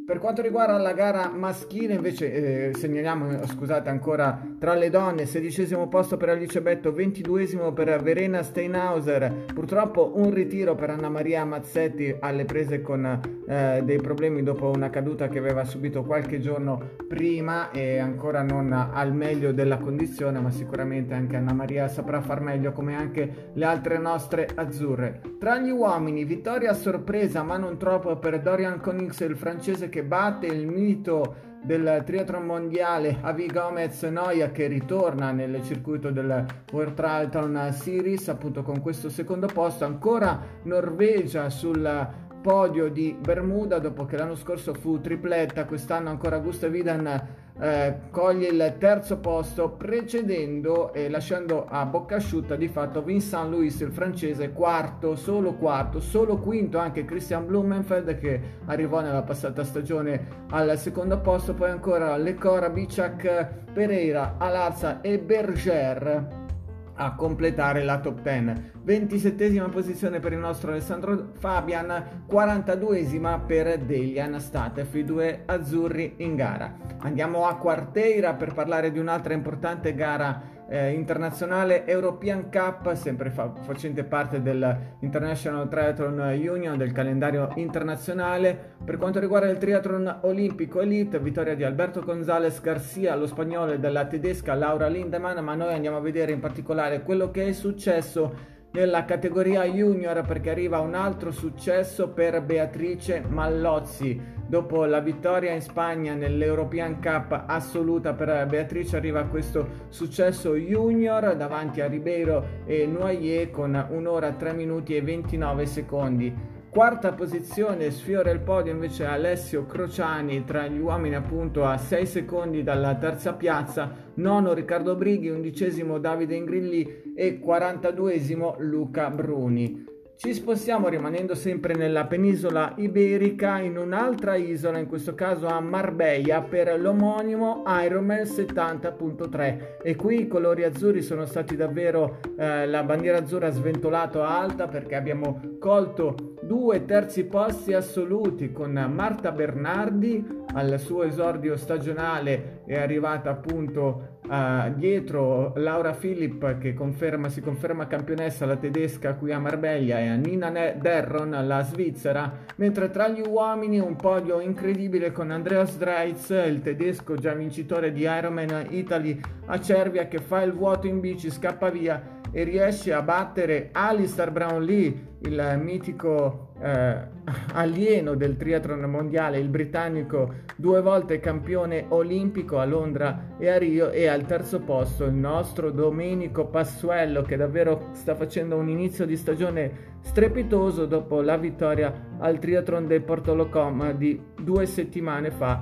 Per quanto riguarda la gara maschile invece eh, segnaliamo, scusate, ancora tra le donne, sedicesimo posto per Alice Betto, ventiduesimo per Verena Steinhauser, purtroppo un ritiro per Anna Maria Mazzetti alle prese con eh, dei problemi dopo una caduta che aveva subito qualche giorno prima e ancora non al meglio della condizione, ma sicuramente anche Anna Maria saprà far meglio come anche le altre nostre azzurre. Tra gli uomini, vittoria a sorpresa ma non troppo per Dorian Coninx, il francese che batte il mito del triathlon mondiale Avi Gomez Noia, che ritorna nel circuito del World Triathlon Series appunto con questo secondo posto. Ancora Norvegia sul podio di Bermuda dopo che l'anno scorso fu tripletta, quest'anno ancora Gustav Iden eh, coglie il terzo posto, precedendo e lasciando a bocca asciutta di fatto Vincent Louis, il francese, quarto, solo quarto, solo quinto anche Christian Blumenfeld che arrivò nella passata stagione al secondo posto. Poi ancora Lecora, Bicak, Pereira, Alarza e Berger a completare la top dieci. ventisettesima posizione per il nostro Alessandro Fabian, quarantaduesima per Delian Statef, i due azzurri in gara. Andiamo a Quarteira per parlare di un'altra importante gara eh, internazionale, European Cup, sempre fa- facente parte del International Triathlon Union, del calendario internazionale. Per quanto riguarda il triathlon olimpico elite, vittoria di Alberto González Garcia, lo spagnolo, e della tedesca Laura Lindemann, ma noi andiamo a vedere in particolare quello che è successo nella categoria junior, perché arriva un altro successo per Beatrice Mallozzi. Dopo la vittoria in Spagna nell'European Cup assoluta per Beatrice, arriva questo successo junior davanti a Ribeiro e Noyer con un'ora tre minuti e ventinove secondi. Quarta posizione, sfiora il podio invece Alessio Crociani tra gli uomini appunto a sei secondi dalla terza piazza. Nono Riccardo Brighi, undicesimo Davide Ingrilli e quarantaduesimo Luca Bruni. Ci spostiamo, rimanendo sempre nella penisola iberica, in un'altra isola, in questo caso a Marbella, per l'omonimo Ironman settanta punto tre, e qui i colori azzurri sono stati davvero eh, la bandiera azzurra sventolato alta, perché abbiamo colto due terzi posti assoluti, con Marta Bernardi al suo esordio stagionale è arrivata appunto Uh, dietro Laura Philipp che conferma, si conferma campionessa, la tedesca qui a Marbella, e a Nina Derron, la svizzera, mentre tra gli uomini un podio incredibile con Andreas Dreitz, il tedesco già vincitore di Ironman Italy a Cervia, che fa il vuoto in bici, scappa via e riesce a battere Alistair Brownlee, il mitico eh, alieno del triathlon mondiale, il britannico due volte campione olimpico a Londra e a Rio, e al terzo posto il nostro Domenico Passuello, che davvero sta facendo un inizio di stagione strepitoso dopo la vittoria al triathlon del Portolocom di due settimane fa,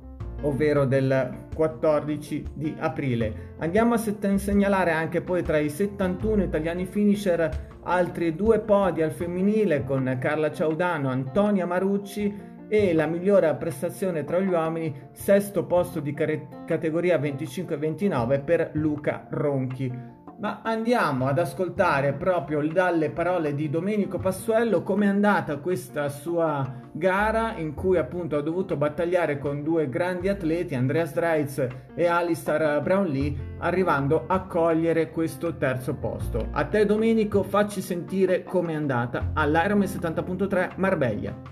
ovvero del quattordici di aprile. Andiamo a set- segnalare anche poi tra i settantuno italiani finisher altri due podi al femminile, con Carla Ciaudano, Antonia Marucci, e la migliore prestazione tra gli uomini, sesto posto di care- categoria venticinque ventinove per Luca Ronchi. Ma andiamo ad ascoltare proprio dalle parole di Domenico Passuello com'è andata questa sua gara, in cui appunto ha dovuto battagliare con due grandi atleti, Andreas Dreitz e Alistair Brownlee, arrivando a cogliere questo terzo posto. A te Domenico, facci sentire com'è andata all'Ironman settanta punto tre Marbella.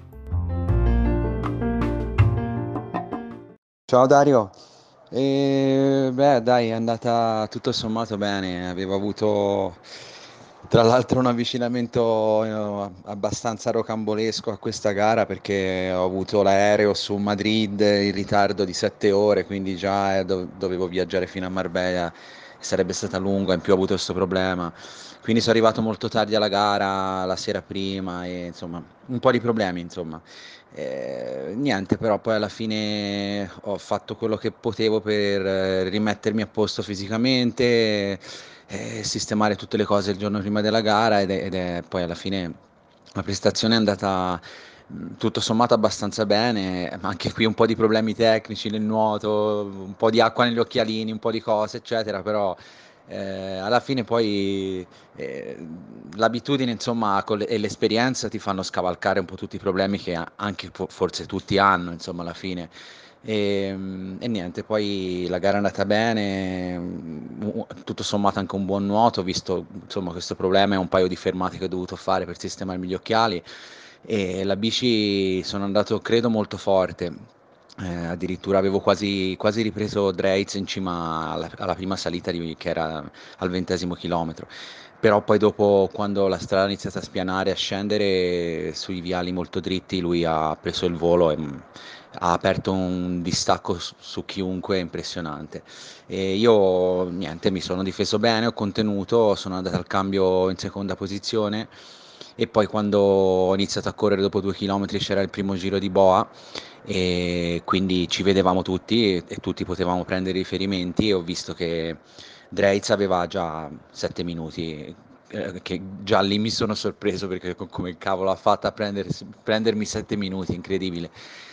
Ciao Dario. E beh, dai, è andata tutto sommato bene. Avevo avuto tra l'altro un avvicinamento eh, abbastanza rocambolesco a questa gara, perché ho avuto l'aereo su Madrid in ritardo di sette ore, quindi già eh, dov- dovevo viaggiare fino a Marbella, sarebbe stata lunga, in più ho avuto questo problema, quindi sono arrivato molto tardi alla gara, la sera prima, e insomma un po' di problemi, insomma. Eh, niente, però poi alla fine ho fatto quello che potevo per eh, rimettermi a posto fisicamente, eh, sistemare tutte le cose il giorno prima della gara, ed è, ed è poi alla fine la prestazione è andata mh, tutto sommato abbastanza bene, ma anche qui un po' di problemi tecnici nel nuoto, un po' di acqua negli occhialini, un po' di cose eccetera, però Eh, alla fine poi eh, l'abitudine insomma con le- e l'esperienza ti fanno scavalcare un po' tutti i problemi che a- anche fo- forse tutti hanno insomma alla fine. E, mm, e niente, poi la gara è andata bene, mm, tutto sommato anche un buon nuoto, visto insomma questo problema e un paio di fermate che ho dovuto fare per sistemarmi gli occhiali, e la bici sono andato credo molto forte. Eh, addirittura avevo quasi, quasi ripreso Dreitz in cima alla, alla prima salita di- che era al ventesimo chilometro. Però poi dopo, quando la strada ha iniziato a spianare, a scendere sui viali molto dritti, lui ha preso il volo e mh, ha aperto un distacco su, su chiunque impressionante. E io niente, mi sono difeso bene, ho contenuto, sono andato al cambio in seconda posizione e poi quando ho iniziato a correre dopo due chilometri c'era il primo giro di boa e quindi ci vedevamo tutti e, e tutti potevamo prendere riferimenti e ho visto che Dreitz aveva già sette minuti, eh, che già lì mi sono sorpreso perché co- come cavolo ha fatto a prendersi- prendermi sette minuti, incredibile.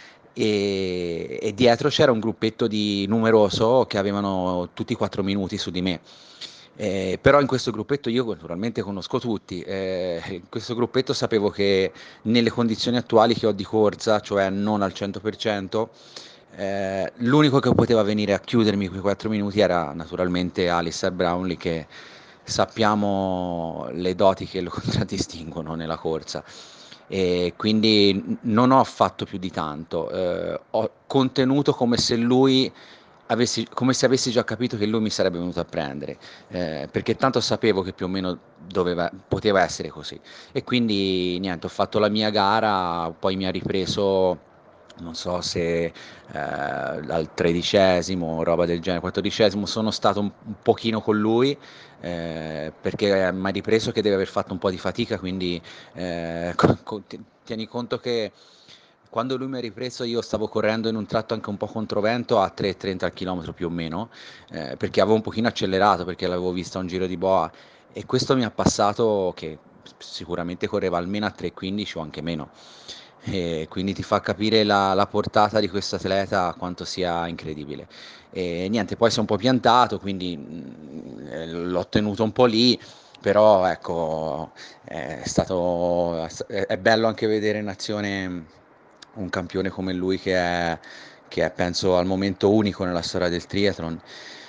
E, e dietro c'era un gruppetto di numeroso che avevano tutti quattro minuti su di me. Eh, però in questo gruppetto io naturalmente conosco tutti, eh, in questo gruppetto sapevo che nelle condizioni attuali che ho di corsa, cioè non al cento per cento, eh, l'unico che poteva venire a chiudermi quei quattro minuti era naturalmente Alistair Brownlee, che sappiamo le doti che lo contraddistinguono nella corsa. E quindi non ho fatto più di tanto, eh, ho contenuto come se lui avessi, come se avessi già capito che lui mi sarebbe venuto a prendere, eh, perché tanto sapevo che più o meno doveva, poteva essere così. E quindi niente, ho fatto la mia gara, poi mi ha ripreso, non so se eh, al tredicesimo, roba del genere, quattordicesimo, sono stato un, un pochino con lui. Eh, perché mi ha ripreso che deve aver fatto un po' di fatica, quindi eh, co- co- ti- tieni conto che quando lui mi ha ripreso io stavo correndo in un tratto anche un po' controvento a tre e trenta al chilometro più o meno, eh, perché avevo un pochino accelerato, perché l'avevo vista a un giro di boa e questo mi ha passato che sicuramente correva almeno a tre e quindici o anche meno. E quindi ti fa capire la, la portata di questo atleta quanto sia incredibile. E niente, poi si è un po' piantato, quindi mh, eh, l'ho tenuto un po' lì, però ecco, è stato, è è bello anche vedere in azione un campione come lui che è, che è penso al momento unico nella storia del triathlon.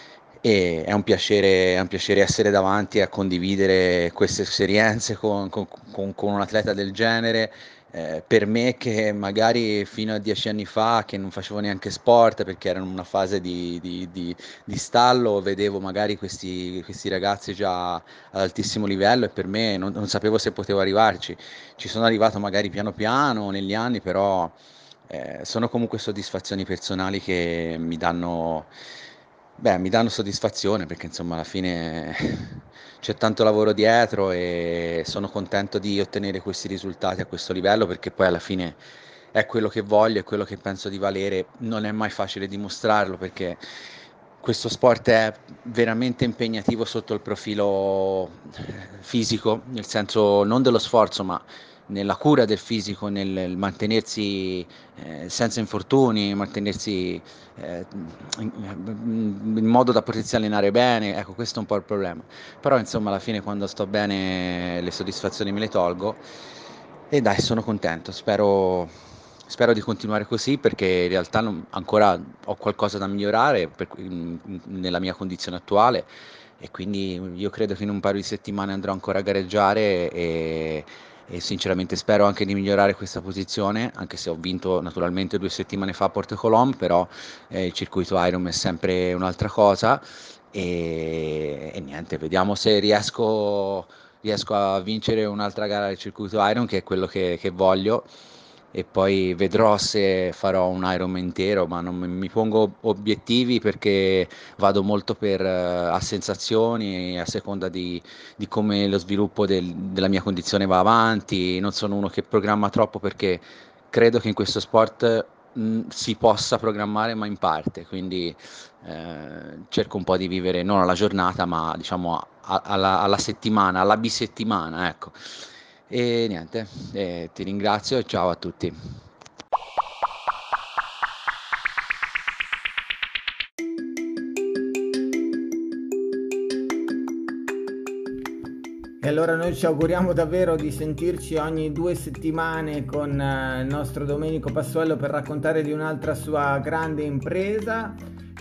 E è un piacere, è un piacere essere davanti a condividere queste esperienze con, con- con- con un atleta del genere. Eh, per me che magari fino a dieci anni fa, che non facevo neanche sport perché ero in una fase di, di- di- di stallo, vedevo magari questi, questi ragazzi già ad altissimo livello e per me non, non sapevo se potevo arrivarci. Ci sono arrivato magari piano piano negli anni, però eh, sono comunque soddisfazioni personali che mi danno, beh, mi danno soddisfazione perché insomma alla fine c'è tanto lavoro dietro e sono contento di ottenere questi risultati a questo livello perché poi alla fine è quello che voglio, è quello che penso di valere. Non è mai facile dimostrarlo perché questo sport è veramente impegnativo sotto il profilo fisico, nel senso non dello sforzo, ma nella cura del fisico, nel mantenersi eh, senza infortuni, mantenersi eh, in, in modo da potersi allenare bene, ecco questo è un po' il problema. Però insomma alla fine quando sto bene le soddisfazioni me le tolgo e dai, sono contento, spero, spero di continuare così perché in realtà non- ancora ho qualcosa da migliorare per cui- in- in- nella mia condizione attuale e quindi io credo che in un paio di settimane andrò ancora a gareggiare e, e sinceramente spero anche di migliorare questa posizione, anche se ho vinto naturalmente due settimane fa a Porto Colom, però eh, il circuito Iron è sempre un'altra cosa e, e niente, vediamo se riesco, riesco a vincere un'altra gara del circuito Iron, che è quello che, che voglio, e poi vedrò se farò un Iron intero, ma non mi mi pongo obiettivi perché vado molto per, eh, a sensazioni, a seconda di, di come lo sviluppo del- della mia condizione va avanti. Non sono uno che programma troppo perché credo che in questo sport mh, si possa programmare, ma in parte, quindi eh, cerco un po' di vivere non alla giornata, ma diciamo a- alla, alla settimana, alla bisettimana, ecco. E niente, eh, ti ringrazio e ciao a tutti. allora noi ci auguriamo davvero di sentirci ogni due settimane con il nostro Domenico Passuello per raccontare di un'altra sua grande impresa.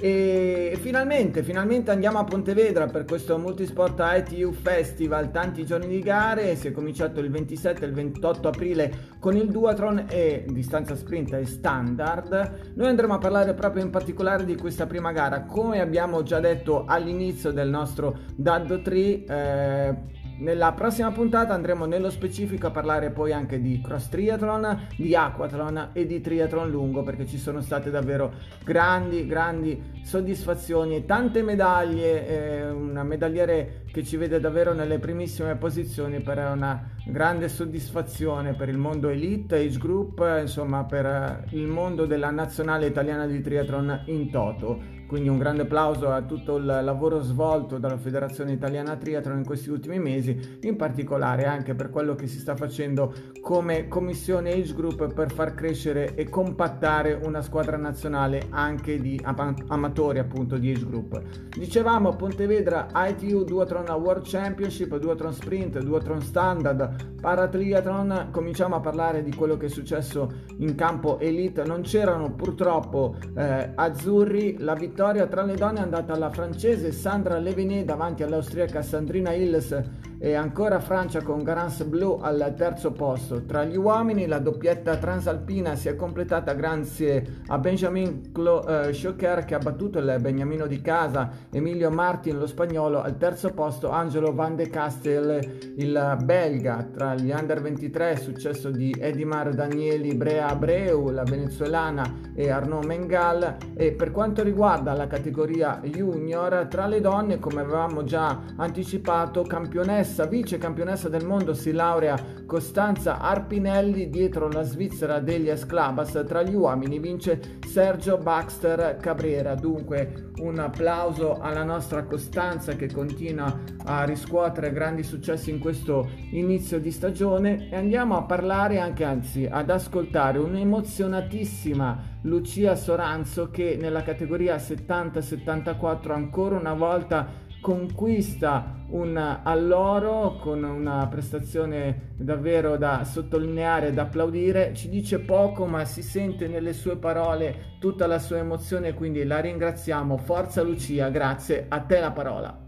E finalmente, finalmente andiamo a Pontevedra per questo Multisport I T U Festival, tanti giorni di gare. Si è cominciato il ventisette e il ventotto aprile con il duathlon e distanza sprint e standard. Noi andremo a parlare proprio in particolare di questa prima gara, come abbiamo già detto all'inizio del nostro Daddo tre. eh, Nella prossima puntata andremo nello specifico a parlare poi anche di cross triathlon, di aquathlon e di triathlon lungo, perché ci sono state davvero grandi, grandi soddisfazioni e tante medaglie, eh, una medagliere che ci vede davvero nelle primissime posizioni, per una grande soddisfazione per il mondo elite, age group, insomma per il mondo della nazionale italiana di triathlon in toto. Quindi un grande applauso a tutto il lavoro svolto dalla Federazione Italiana Triathlon in questi ultimi mesi, in particolare anche per quello che si sta facendo come commissione age group per far crescere e compattare una squadra nazionale anche di am- amatori appunto di age group. Dicevamo Pontevedra I T U Duathlon World Championship, Duathlon Sprint, Duathlon Standard, Paratriathlon. Cominciamo a parlare di quello che è successo in campo elite. Non c'erano purtroppo eh, azzurri. La vittoria tra le donne è andata alla francese Sandra Levenet davanti all'austriaca Sandrina Hills, e ancora Francia con Garance Bleu al terzo posto. Tra gli uomini la doppietta transalpina si è completata grazie a Benjamin Clo- eh, Schocker, che ha battuto il beniamino di casa Emilio Martin, lo spagnolo, al terzo posto Angelo Van de Castel, il belga. Tra gli under ventitré successo di Edimar Danieli Brea Abreu, la venezuelana, e Arnaud Mengal. E per quanto riguarda la categoria junior, tra le donne, come avevamo già anticipato, campionessa, vice campionessa del mondo si laurea Costanza Arpinelli dietro la svizzera Delia Sclabas. Tra gli uomini vince Sergio Baxter Cabrera. Dunque un applauso alla nostra Costanza, che continua a riscuotere grandi successi in questo inizio di stagione. E andiamo a parlare anche, anzi ad ascoltare un'emozionatissima Lucia Soranzo, che nella categoria settanta settantaquattro ancora una volta conquista un alloro con una prestazione davvero da sottolineare e da applaudire. Ci dice poco, ma si sente nelle sue parole tutta la sua emozione, quindi la ringraziamo. Forza Lucia, grazie, a te la parola.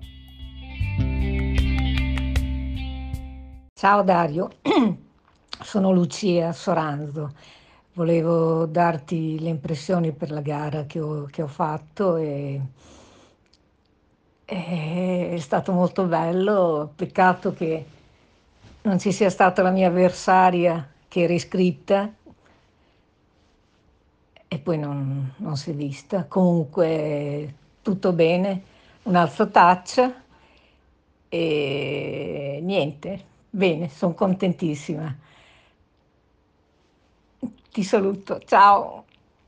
Ciao Dario, sono Lucia Soranzo. Volevo darti le impressioni per la gara che ho, che ho fatto e è stato molto bello. Peccato che non ci sia stata la mia avversaria, che era iscritta, e poi non, non si è vista. Comunque tutto bene, un alzo touch e niente, bene, sono contentissima. Ti saluto, ciao!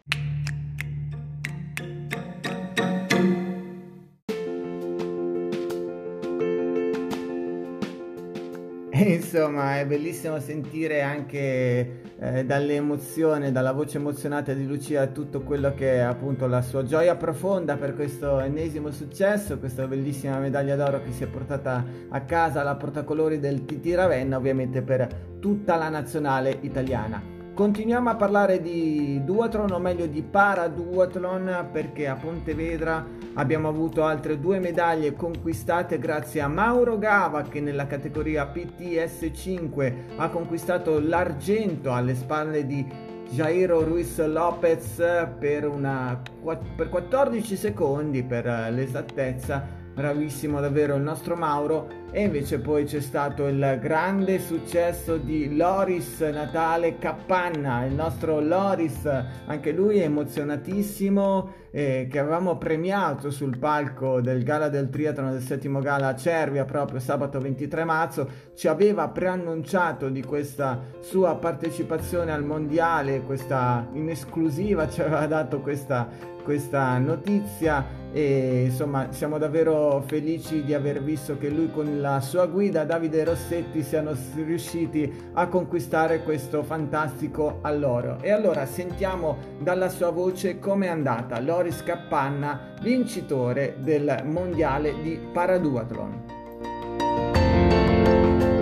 Insomma, è bellissimo sentire anche eh, dall'emozione, dalla voce emozionata di Lucia, tutto quello che è appunto la sua gioia profonda per questo ennesimo successo, questa bellissima medaglia d'oro che si è portata a casa, la portacolori del T T Ravenna, ovviamente per tutta la nazionale italiana. Continuiamo a parlare di duathlon, o meglio di paraduathlon, perché a Pontevedra abbiamo avuto altre due medaglie conquistate grazie a Mauro Gava, che nella categoria P T S cinque ha conquistato l'argento alle spalle di Jairo Ruiz Lopez per, una, per quattordici secondi per l'esattezza. Bravissimo davvero il nostro Mauro. E invece poi c'è stato il grande successo di Loris Natale Cappanna, il nostro Loris, anche lui emozionatissimo, eh, che avevamo premiato sul palco del Gala del Triathlon, del settimo Gala a Cervia, proprio sabato ventitré marzo. Ci aveva preannunciato di questa sua partecipazione al mondiale, questa in esclusiva ci aveva dato questa questa notizia, e insomma siamo davvero felici di aver visto che lui con la sua guida Davide Rossetti siano riusciti a conquistare questo fantastico alloro. E allora sentiamo dalla sua voce com'è andata Loris Cappanna, vincitore del mondiale di paraduathlon.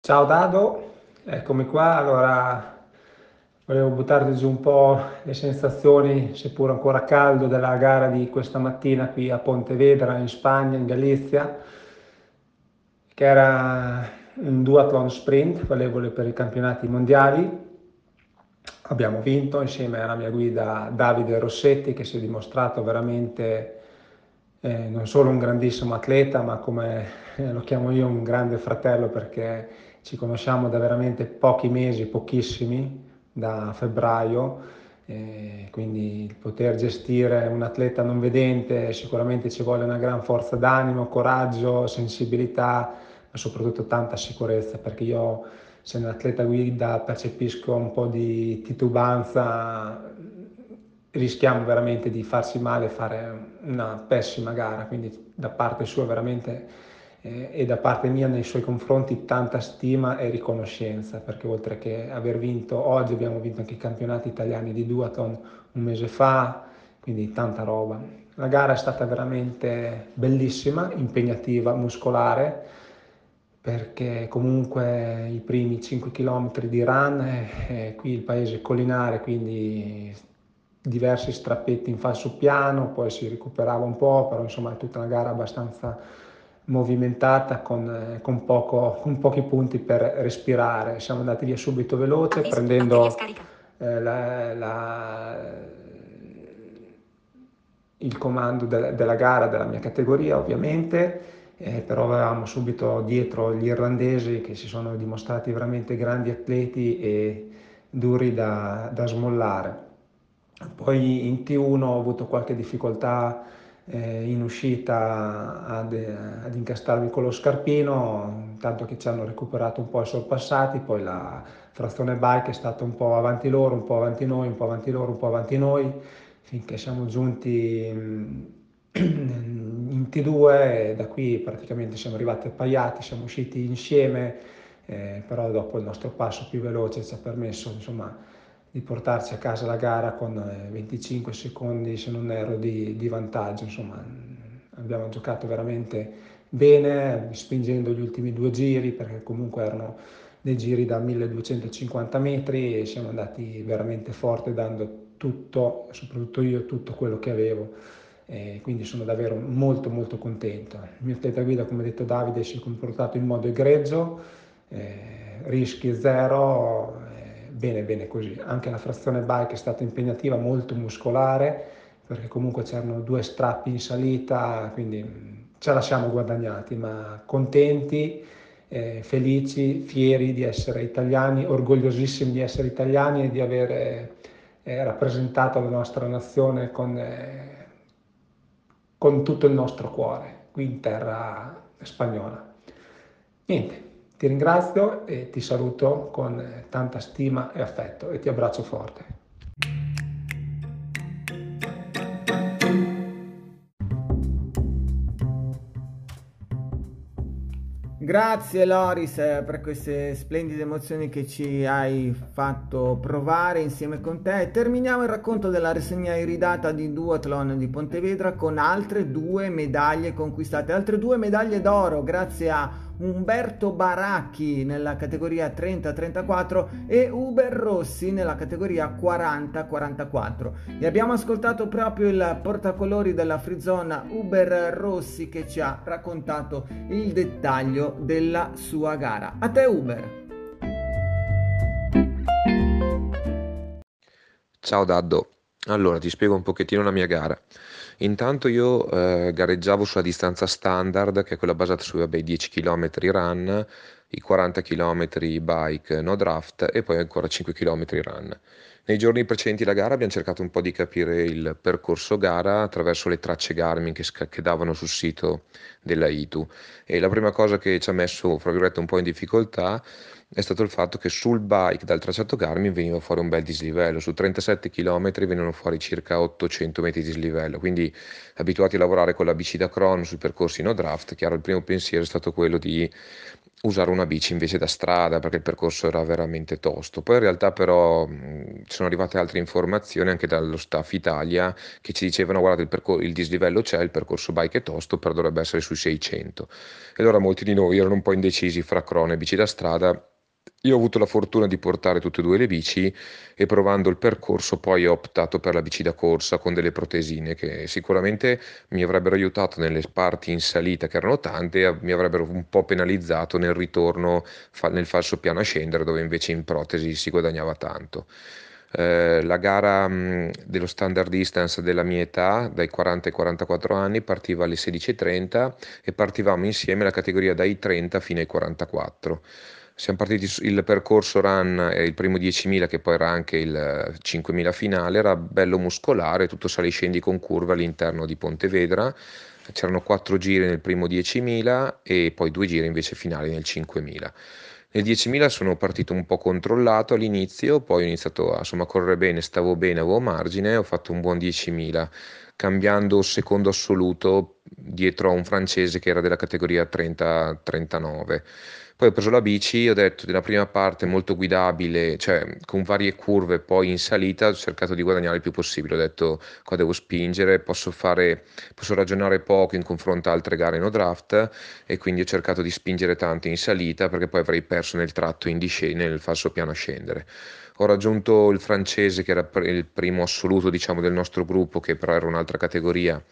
Ciao Dado, eccomi qua. Allora, volevo buttarti giù un po' le sensazioni, seppur ancora caldo, della gara di questa mattina qui a Pontevedra, in Spagna, in Galizia, che era un duathlon sprint, valevole per i campionati mondiali. Abbiamo vinto insieme alla mia guida Davide Rossetti, che si è dimostrato veramente eh, non solo un grandissimo atleta, ma come eh, lo chiamo io, un grande fratello, perché ci conosciamo da veramente pochi mesi, pochissimi, da febbraio, eh, quindi il poter gestire un atleta non vedente sicuramente ci vuole una gran forza d'animo, coraggio, sensibilità, ma soprattutto tanta sicurezza, perché io, se un atleta guida percepisco un po' di titubanza, rischiamo veramente di farsi male e fare una pessima gara. Quindi da parte sua veramente eh, e da parte mia nei suoi confronti tanta stima e riconoscenza, perché oltre che aver vinto oggi, abbiamo vinto anche i campionati italiani di duathlon un mese fa, quindi tanta roba. La gara è stata veramente bellissima, impegnativa, muscolare, perché comunque i primi cinque chilometri di run, eh, qui il paese è collinare, quindi diversi strappetti in falso piano, poi si recuperava un po', però insomma è tutta una gara abbastanza movimentata con, eh, con, poco, con pochi punti per respirare. Siamo andati via subito veloce, prendendo eh, la, la, il comando de- della gara, della mia categoria ovviamente, eh, però avevamo subito dietro gli irlandesi, che si sono dimostrati veramente grandi atleti e duri da, da smollare. Poi in T uno ho avuto qualche difficoltà eh, in uscita ad, ad incastarmi con lo scarpino, tanto che ci hanno recuperato un po' i sorpassati. Poi la frazione bike è stata un po' avanti loro, un po' avanti noi, un po' avanti loro, un po' avanti noi, finché siamo giunti in T due, e da qui praticamente siamo arrivati appaiati, siamo usciti insieme, eh, però dopo il nostro passo più veloce ci ha permesso, insomma, di portarci a casa la gara con venticinque secondi, se non erro, di, di vantaggio. Insomma, abbiamo giocato veramente bene, spingendo gli ultimi due giri, perché comunque erano dei giri da milleduecentocinquanta metri, e siamo andati veramente forte, dando tutto, soprattutto io, tutto quello che avevo. E quindi sono davvero molto molto contento. Il mio atleta guida, come ha detto Davide, si è comportato in modo egregio, eh, rischi zero. Bene, bene così. Anche la frazione bike è stata impegnativa, molto muscolare, perché comunque c'erano due strappi in salita, quindi ce la siamo guadagnati, ma contenti, eh, felici, fieri di essere italiani, orgogliosissimi di essere italiani e di aver eh, rappresentato la nostra nazione con, eh, con tutto il nostro cuore, qui in terra spagnola. Niente. Ti ringrazio e ti saluto con tanta stima e affetto e ti abbraccio forte. Grazie Loris per queste splendide emozioni che ci hai fatto provare insieme con te. Terminiamo il racconto della rassegna iridata di duathlon di Pontevedra con altre due medaglie conquistate, altre due medaglie d'oro grazie a Umberto Baracchi nella categoria trenta trentaquattro e Uber Rossi nella categoria quaranta quarantaquattro. E abbiamo ascoltato proprio il portacolori della Free Zone, Uber Rossi, che ci ha raccontato il dettaglio della sua gara. A te Uber. Ciao Daddo, allora ti spiego un pochettino la mia gara. Intanto io eh, gareggiavo sulla distanza standard, che è quella basata sui vabbè, dieci chilometri run, i quaranta chilometri bike no draft e poi ancora cinque chilometri run. Nei giorni precedenti la gara abbiamo cercato un po' di capire il percorso gara attraverso le tracce Garmin che, che davano sul sito della I T U, e la prima cosa che ci ha messo, fra virgolette, un po' in difficoltà è stato il fatto che sul bike dal tracciato Garmin veniva fuori un bel dislivello. Su trentasette chilometri venivano fuori circa ottocento metri di dislivello, quindi abituati a lavorare con la bici da crono sui percorsi no draft, chiaro il primo pensiero è stato quello di usare una bici invece da strada perché il percorso era veramente tosto. Poi in realtà però mh, sono arrivate altre informazioni anche dallo staff Italia che ci dicevano guardate il, percor- il dislivello c'è, il percorso bike è tosto, però dovrebbe essere sui seicento. E allora molti di noi erano un po' indecisi fra crono e bici da strada. Io ho avuto la fortuna di portare tutte e due le bici e provando il percorso poi ho optato per la bici da corsa con delle protesine che sicuramente mi avrebbero aiutato nelle parti in salita che erano tante e mi avrebbero un po' penalizzato nel ritorno fa- nel falso piano a scendere dove invece in protesi si guadagnava tanto. Eh, la gara mh, dello standard distance della mia età, dai quaranta ai quarantaquattro anni, partiva alle sedici e trenta e partivamo insieme la categoria dai trenta fino ai quarantaquattro. Siamo partiti, su- il percorso run, eh, il primo diecimila che poi era anche il eh, cinquemila finale, era bello muscolare, tutto sali e scendi con curve all'interno di Pontevedra. C'erano quattro giri nel primo diecimila e poi due giri invece finali nel cinquemila. Nel diecimila sono partito un po' controllato all'inizio, poi ho iniziato a, insomma, a correre bene, stavo bene, avevo margine, ho fatto un buon diecimila, cambiando secondo assoluto dietro a un francese che era della categoria trenta trentanove. Poi ho preso la bici, ho detto nella prima parte molto guidabile, cioè con varie curve, poi in salita ho cercato di guadagnare il più possibile, ho detto qua devo spingere, posso fare, posso ragionare poco in confronto a altre gare no draft e quindi ho cercato di spingere tanto in salita perché poi avrei perso nel tratto in disce- nel falso piano a scendere. Ho raggiunto il francese che era pr- il primo assoluto diciamo del nostro gruppo che però era un'altra categoria eh,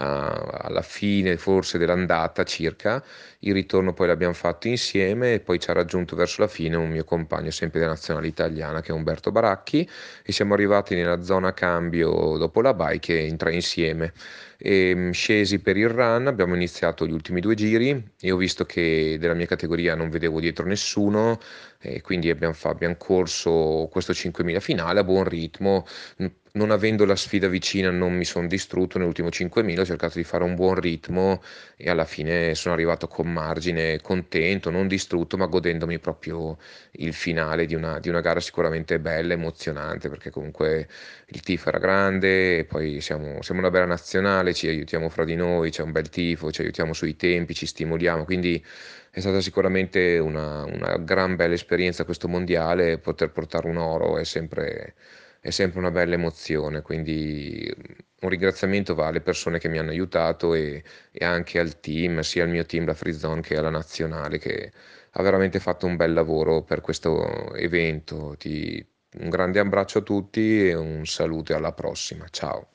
alla fine forse dell'andata circa, il ritorno poi l'abbiamo fatto insieme e poi ci ha raggiunto verso la fine un mio compagno sempre della nazionale italiana che è Umberto Baracchi e siamo arrivati nella zona cambio dopo la bike in tre insieme e mh, scesi per il run, abbiamo iniziato gli ultimi due giri e ho visto che della mia categoria non vedevo dietro nessuno e quindi abbiamo, fa- abbiamo corso questo cinquemila finale a buon ritmo. N- Non avendo la sfida vicina non mi sono distrutto nell'ultimo cinquemila, ho cercato di fare un buon ritmo e alla fine sono arrivato con margine, contento, non distrutto, ma godendomi proprio il finale di una, di una gara sicuramente bella, emozionante, perché comunque il tifo era grande e poi siamo, siamo una bella nazionale, ci aiutiamo fra di noi, c'è un bel tifo, ci aiutiamo sui tempi, ci stimoliamo, quindi è stata sicuramente una, una gran bella esperienza questo mondiale, poter portare un oro è sempre, è sempre una bella emozione, quindi un ringraziamento va alle persone che mi hanno aiutato e, e anche al team, sia al mio team, la Free Zone, che alla nazionale, che ha veramente fatto un bel lavoro per questo evento. Ti- un grande abbraccio a tutti e un saluto e alla prossima. Ciao.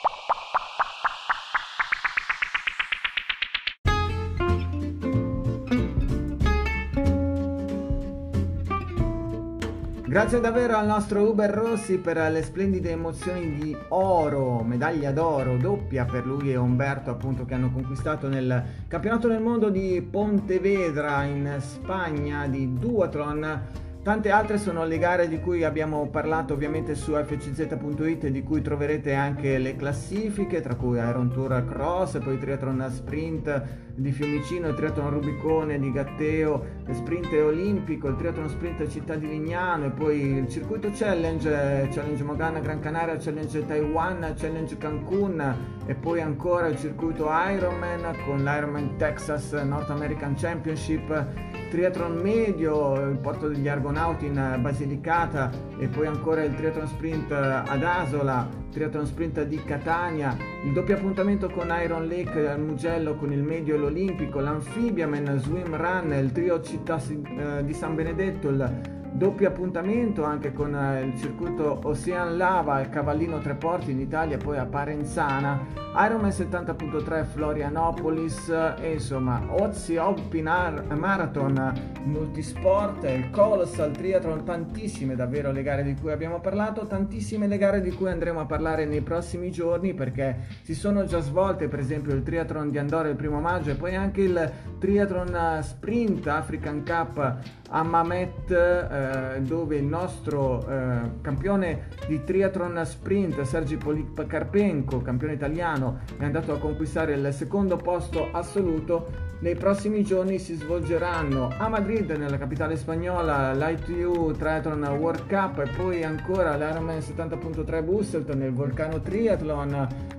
Grazie davvero al nostro Uber Rossi per le splendide emozioni di oro, medaglia d'oro, doppia per lui e Umberto appunto che hanno conquistato nel campionato del mondo di Pontevedra in Spagna di duathlon. Tante altre sono le gare di cui abbiamo parlato ovviamente su f c z punto i t e di cui troverete anche le classifiche, tra cui Iron Tour Cross, poi Triathlon Sprint di Fiumicino, il Triathlon Rubicone di Gatteo, il Sprint Olimpico, il Triathlon Sprint Città di Lignano e poi il Circuito Challenge, Challenge Mogana Gran Canaria, Challenge Taiwan, Challenge Cancun e poi ancora il circuito Ironman con l'Ironman Texas North American Championship, Triathlon Medio, il Porto degli Argonauti in Basilicata e poi ancora il Triathlon Sprint ad Asola, Triathlon Sprint di Catania, il doppio appuntamento con Iron Lake al Mugello con il Medio e l'Olimpico, l'Amphibiaman Swim Run, il Trio Città eh, di San Benedetto, il doppio appuntamento anche con eh, il circuito Ocean Lava al Cavallino Treporti in Italia, poi a Parenzana, Ironman settanta punto tre Florianopolis e insomma Ozi Opinar Marathon multisport, il Colossal Triathlon, tantissime davvero le gare di cui abbiamo parlato, tantissime le gare di cui andremo a parlare nei prossimi giorni perché si sono già svolte, per esempio il Triathlon di Andorra il primo maggio e poi anche il Triathlon Sprint African Cup a Mamet eh, dove il nostro eh, campione di Triathlon Sprint Sergi Policarpenco, campione italiano, è andato a conquistare il secondo posto assoluto. Nei prossimi giorni si svolgeranno a Madrid, nella capitale spagnola, l'I T U Triathlon World Cup e poi ancora l'Ironman settanta punto tre Busselton nel Vulcano Triathlon,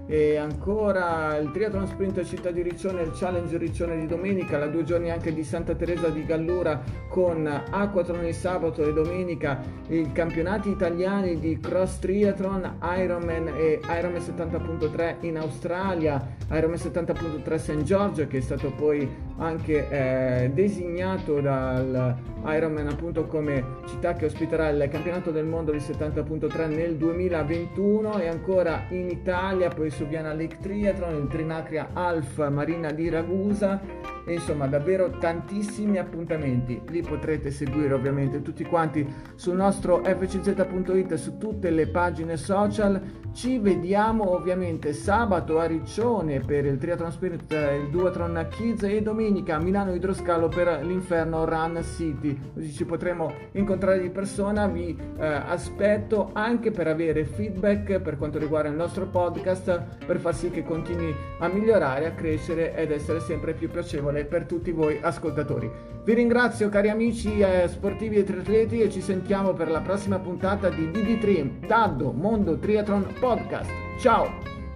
E ancora il triathlon sprint Città di Riccione, il challenge Riccione di domenica, la due giorni anche di Santa Teresa di Gallura con acquathlon il sabato e domenica, i campionati italiani di cross triathlon, Ironman e Ironman settanta punto tre in Australia, Ironman settanta punto tre Saint George, che è stato poi anche eh, designato dal Ironman appunto come città che ospiterà il campionato del mondo di settanta punto tre nel duemilaventuno. E ancora in Italia poi su Viana Lake Triathlon, il Trinacria Half Marina di Ragusa, e insomma davvero tantissimi appuntamenti. Li potrete seguire ovviamente tutti quanti sul nostro f c z punto i t, su tutte le pagine social. Ci vediamo ovviamente sabato a Riccione per il Triathlon Spirit, il Duathlon Kids, e domenica a Milano Idroscalo per l'Inferno Run City, così ci potremo incontrare di persona. Vi eh, aspetto anche per avere feedback per quanto riguarda il nostro podcast, per far sì che continui a migliorare, a crescere ed essere sempre più piacevole per tutti voi ascoltatori. Vi ringrazio cari amici eh, sportivi e triatleti, e ci sentiamo per la prossima puntata di D D tre Daddo Mondo Triathlon Podcast. Ciao!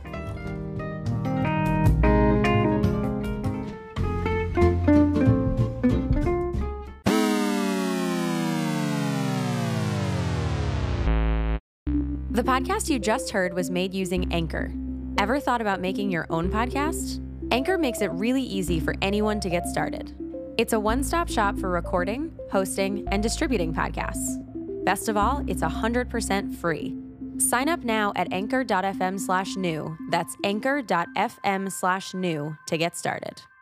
The podcast you just heard was made using Anchor. Ever thought about making your own podcast? Anchor makes it really easy for anyone to get started. It's a one-stop shop for recording, hosting, and distributing podcasts. Best of all, it's one hundred percent free. Sign up now at anchor dot f m slash new. That's anchor dot f m slash new to get started.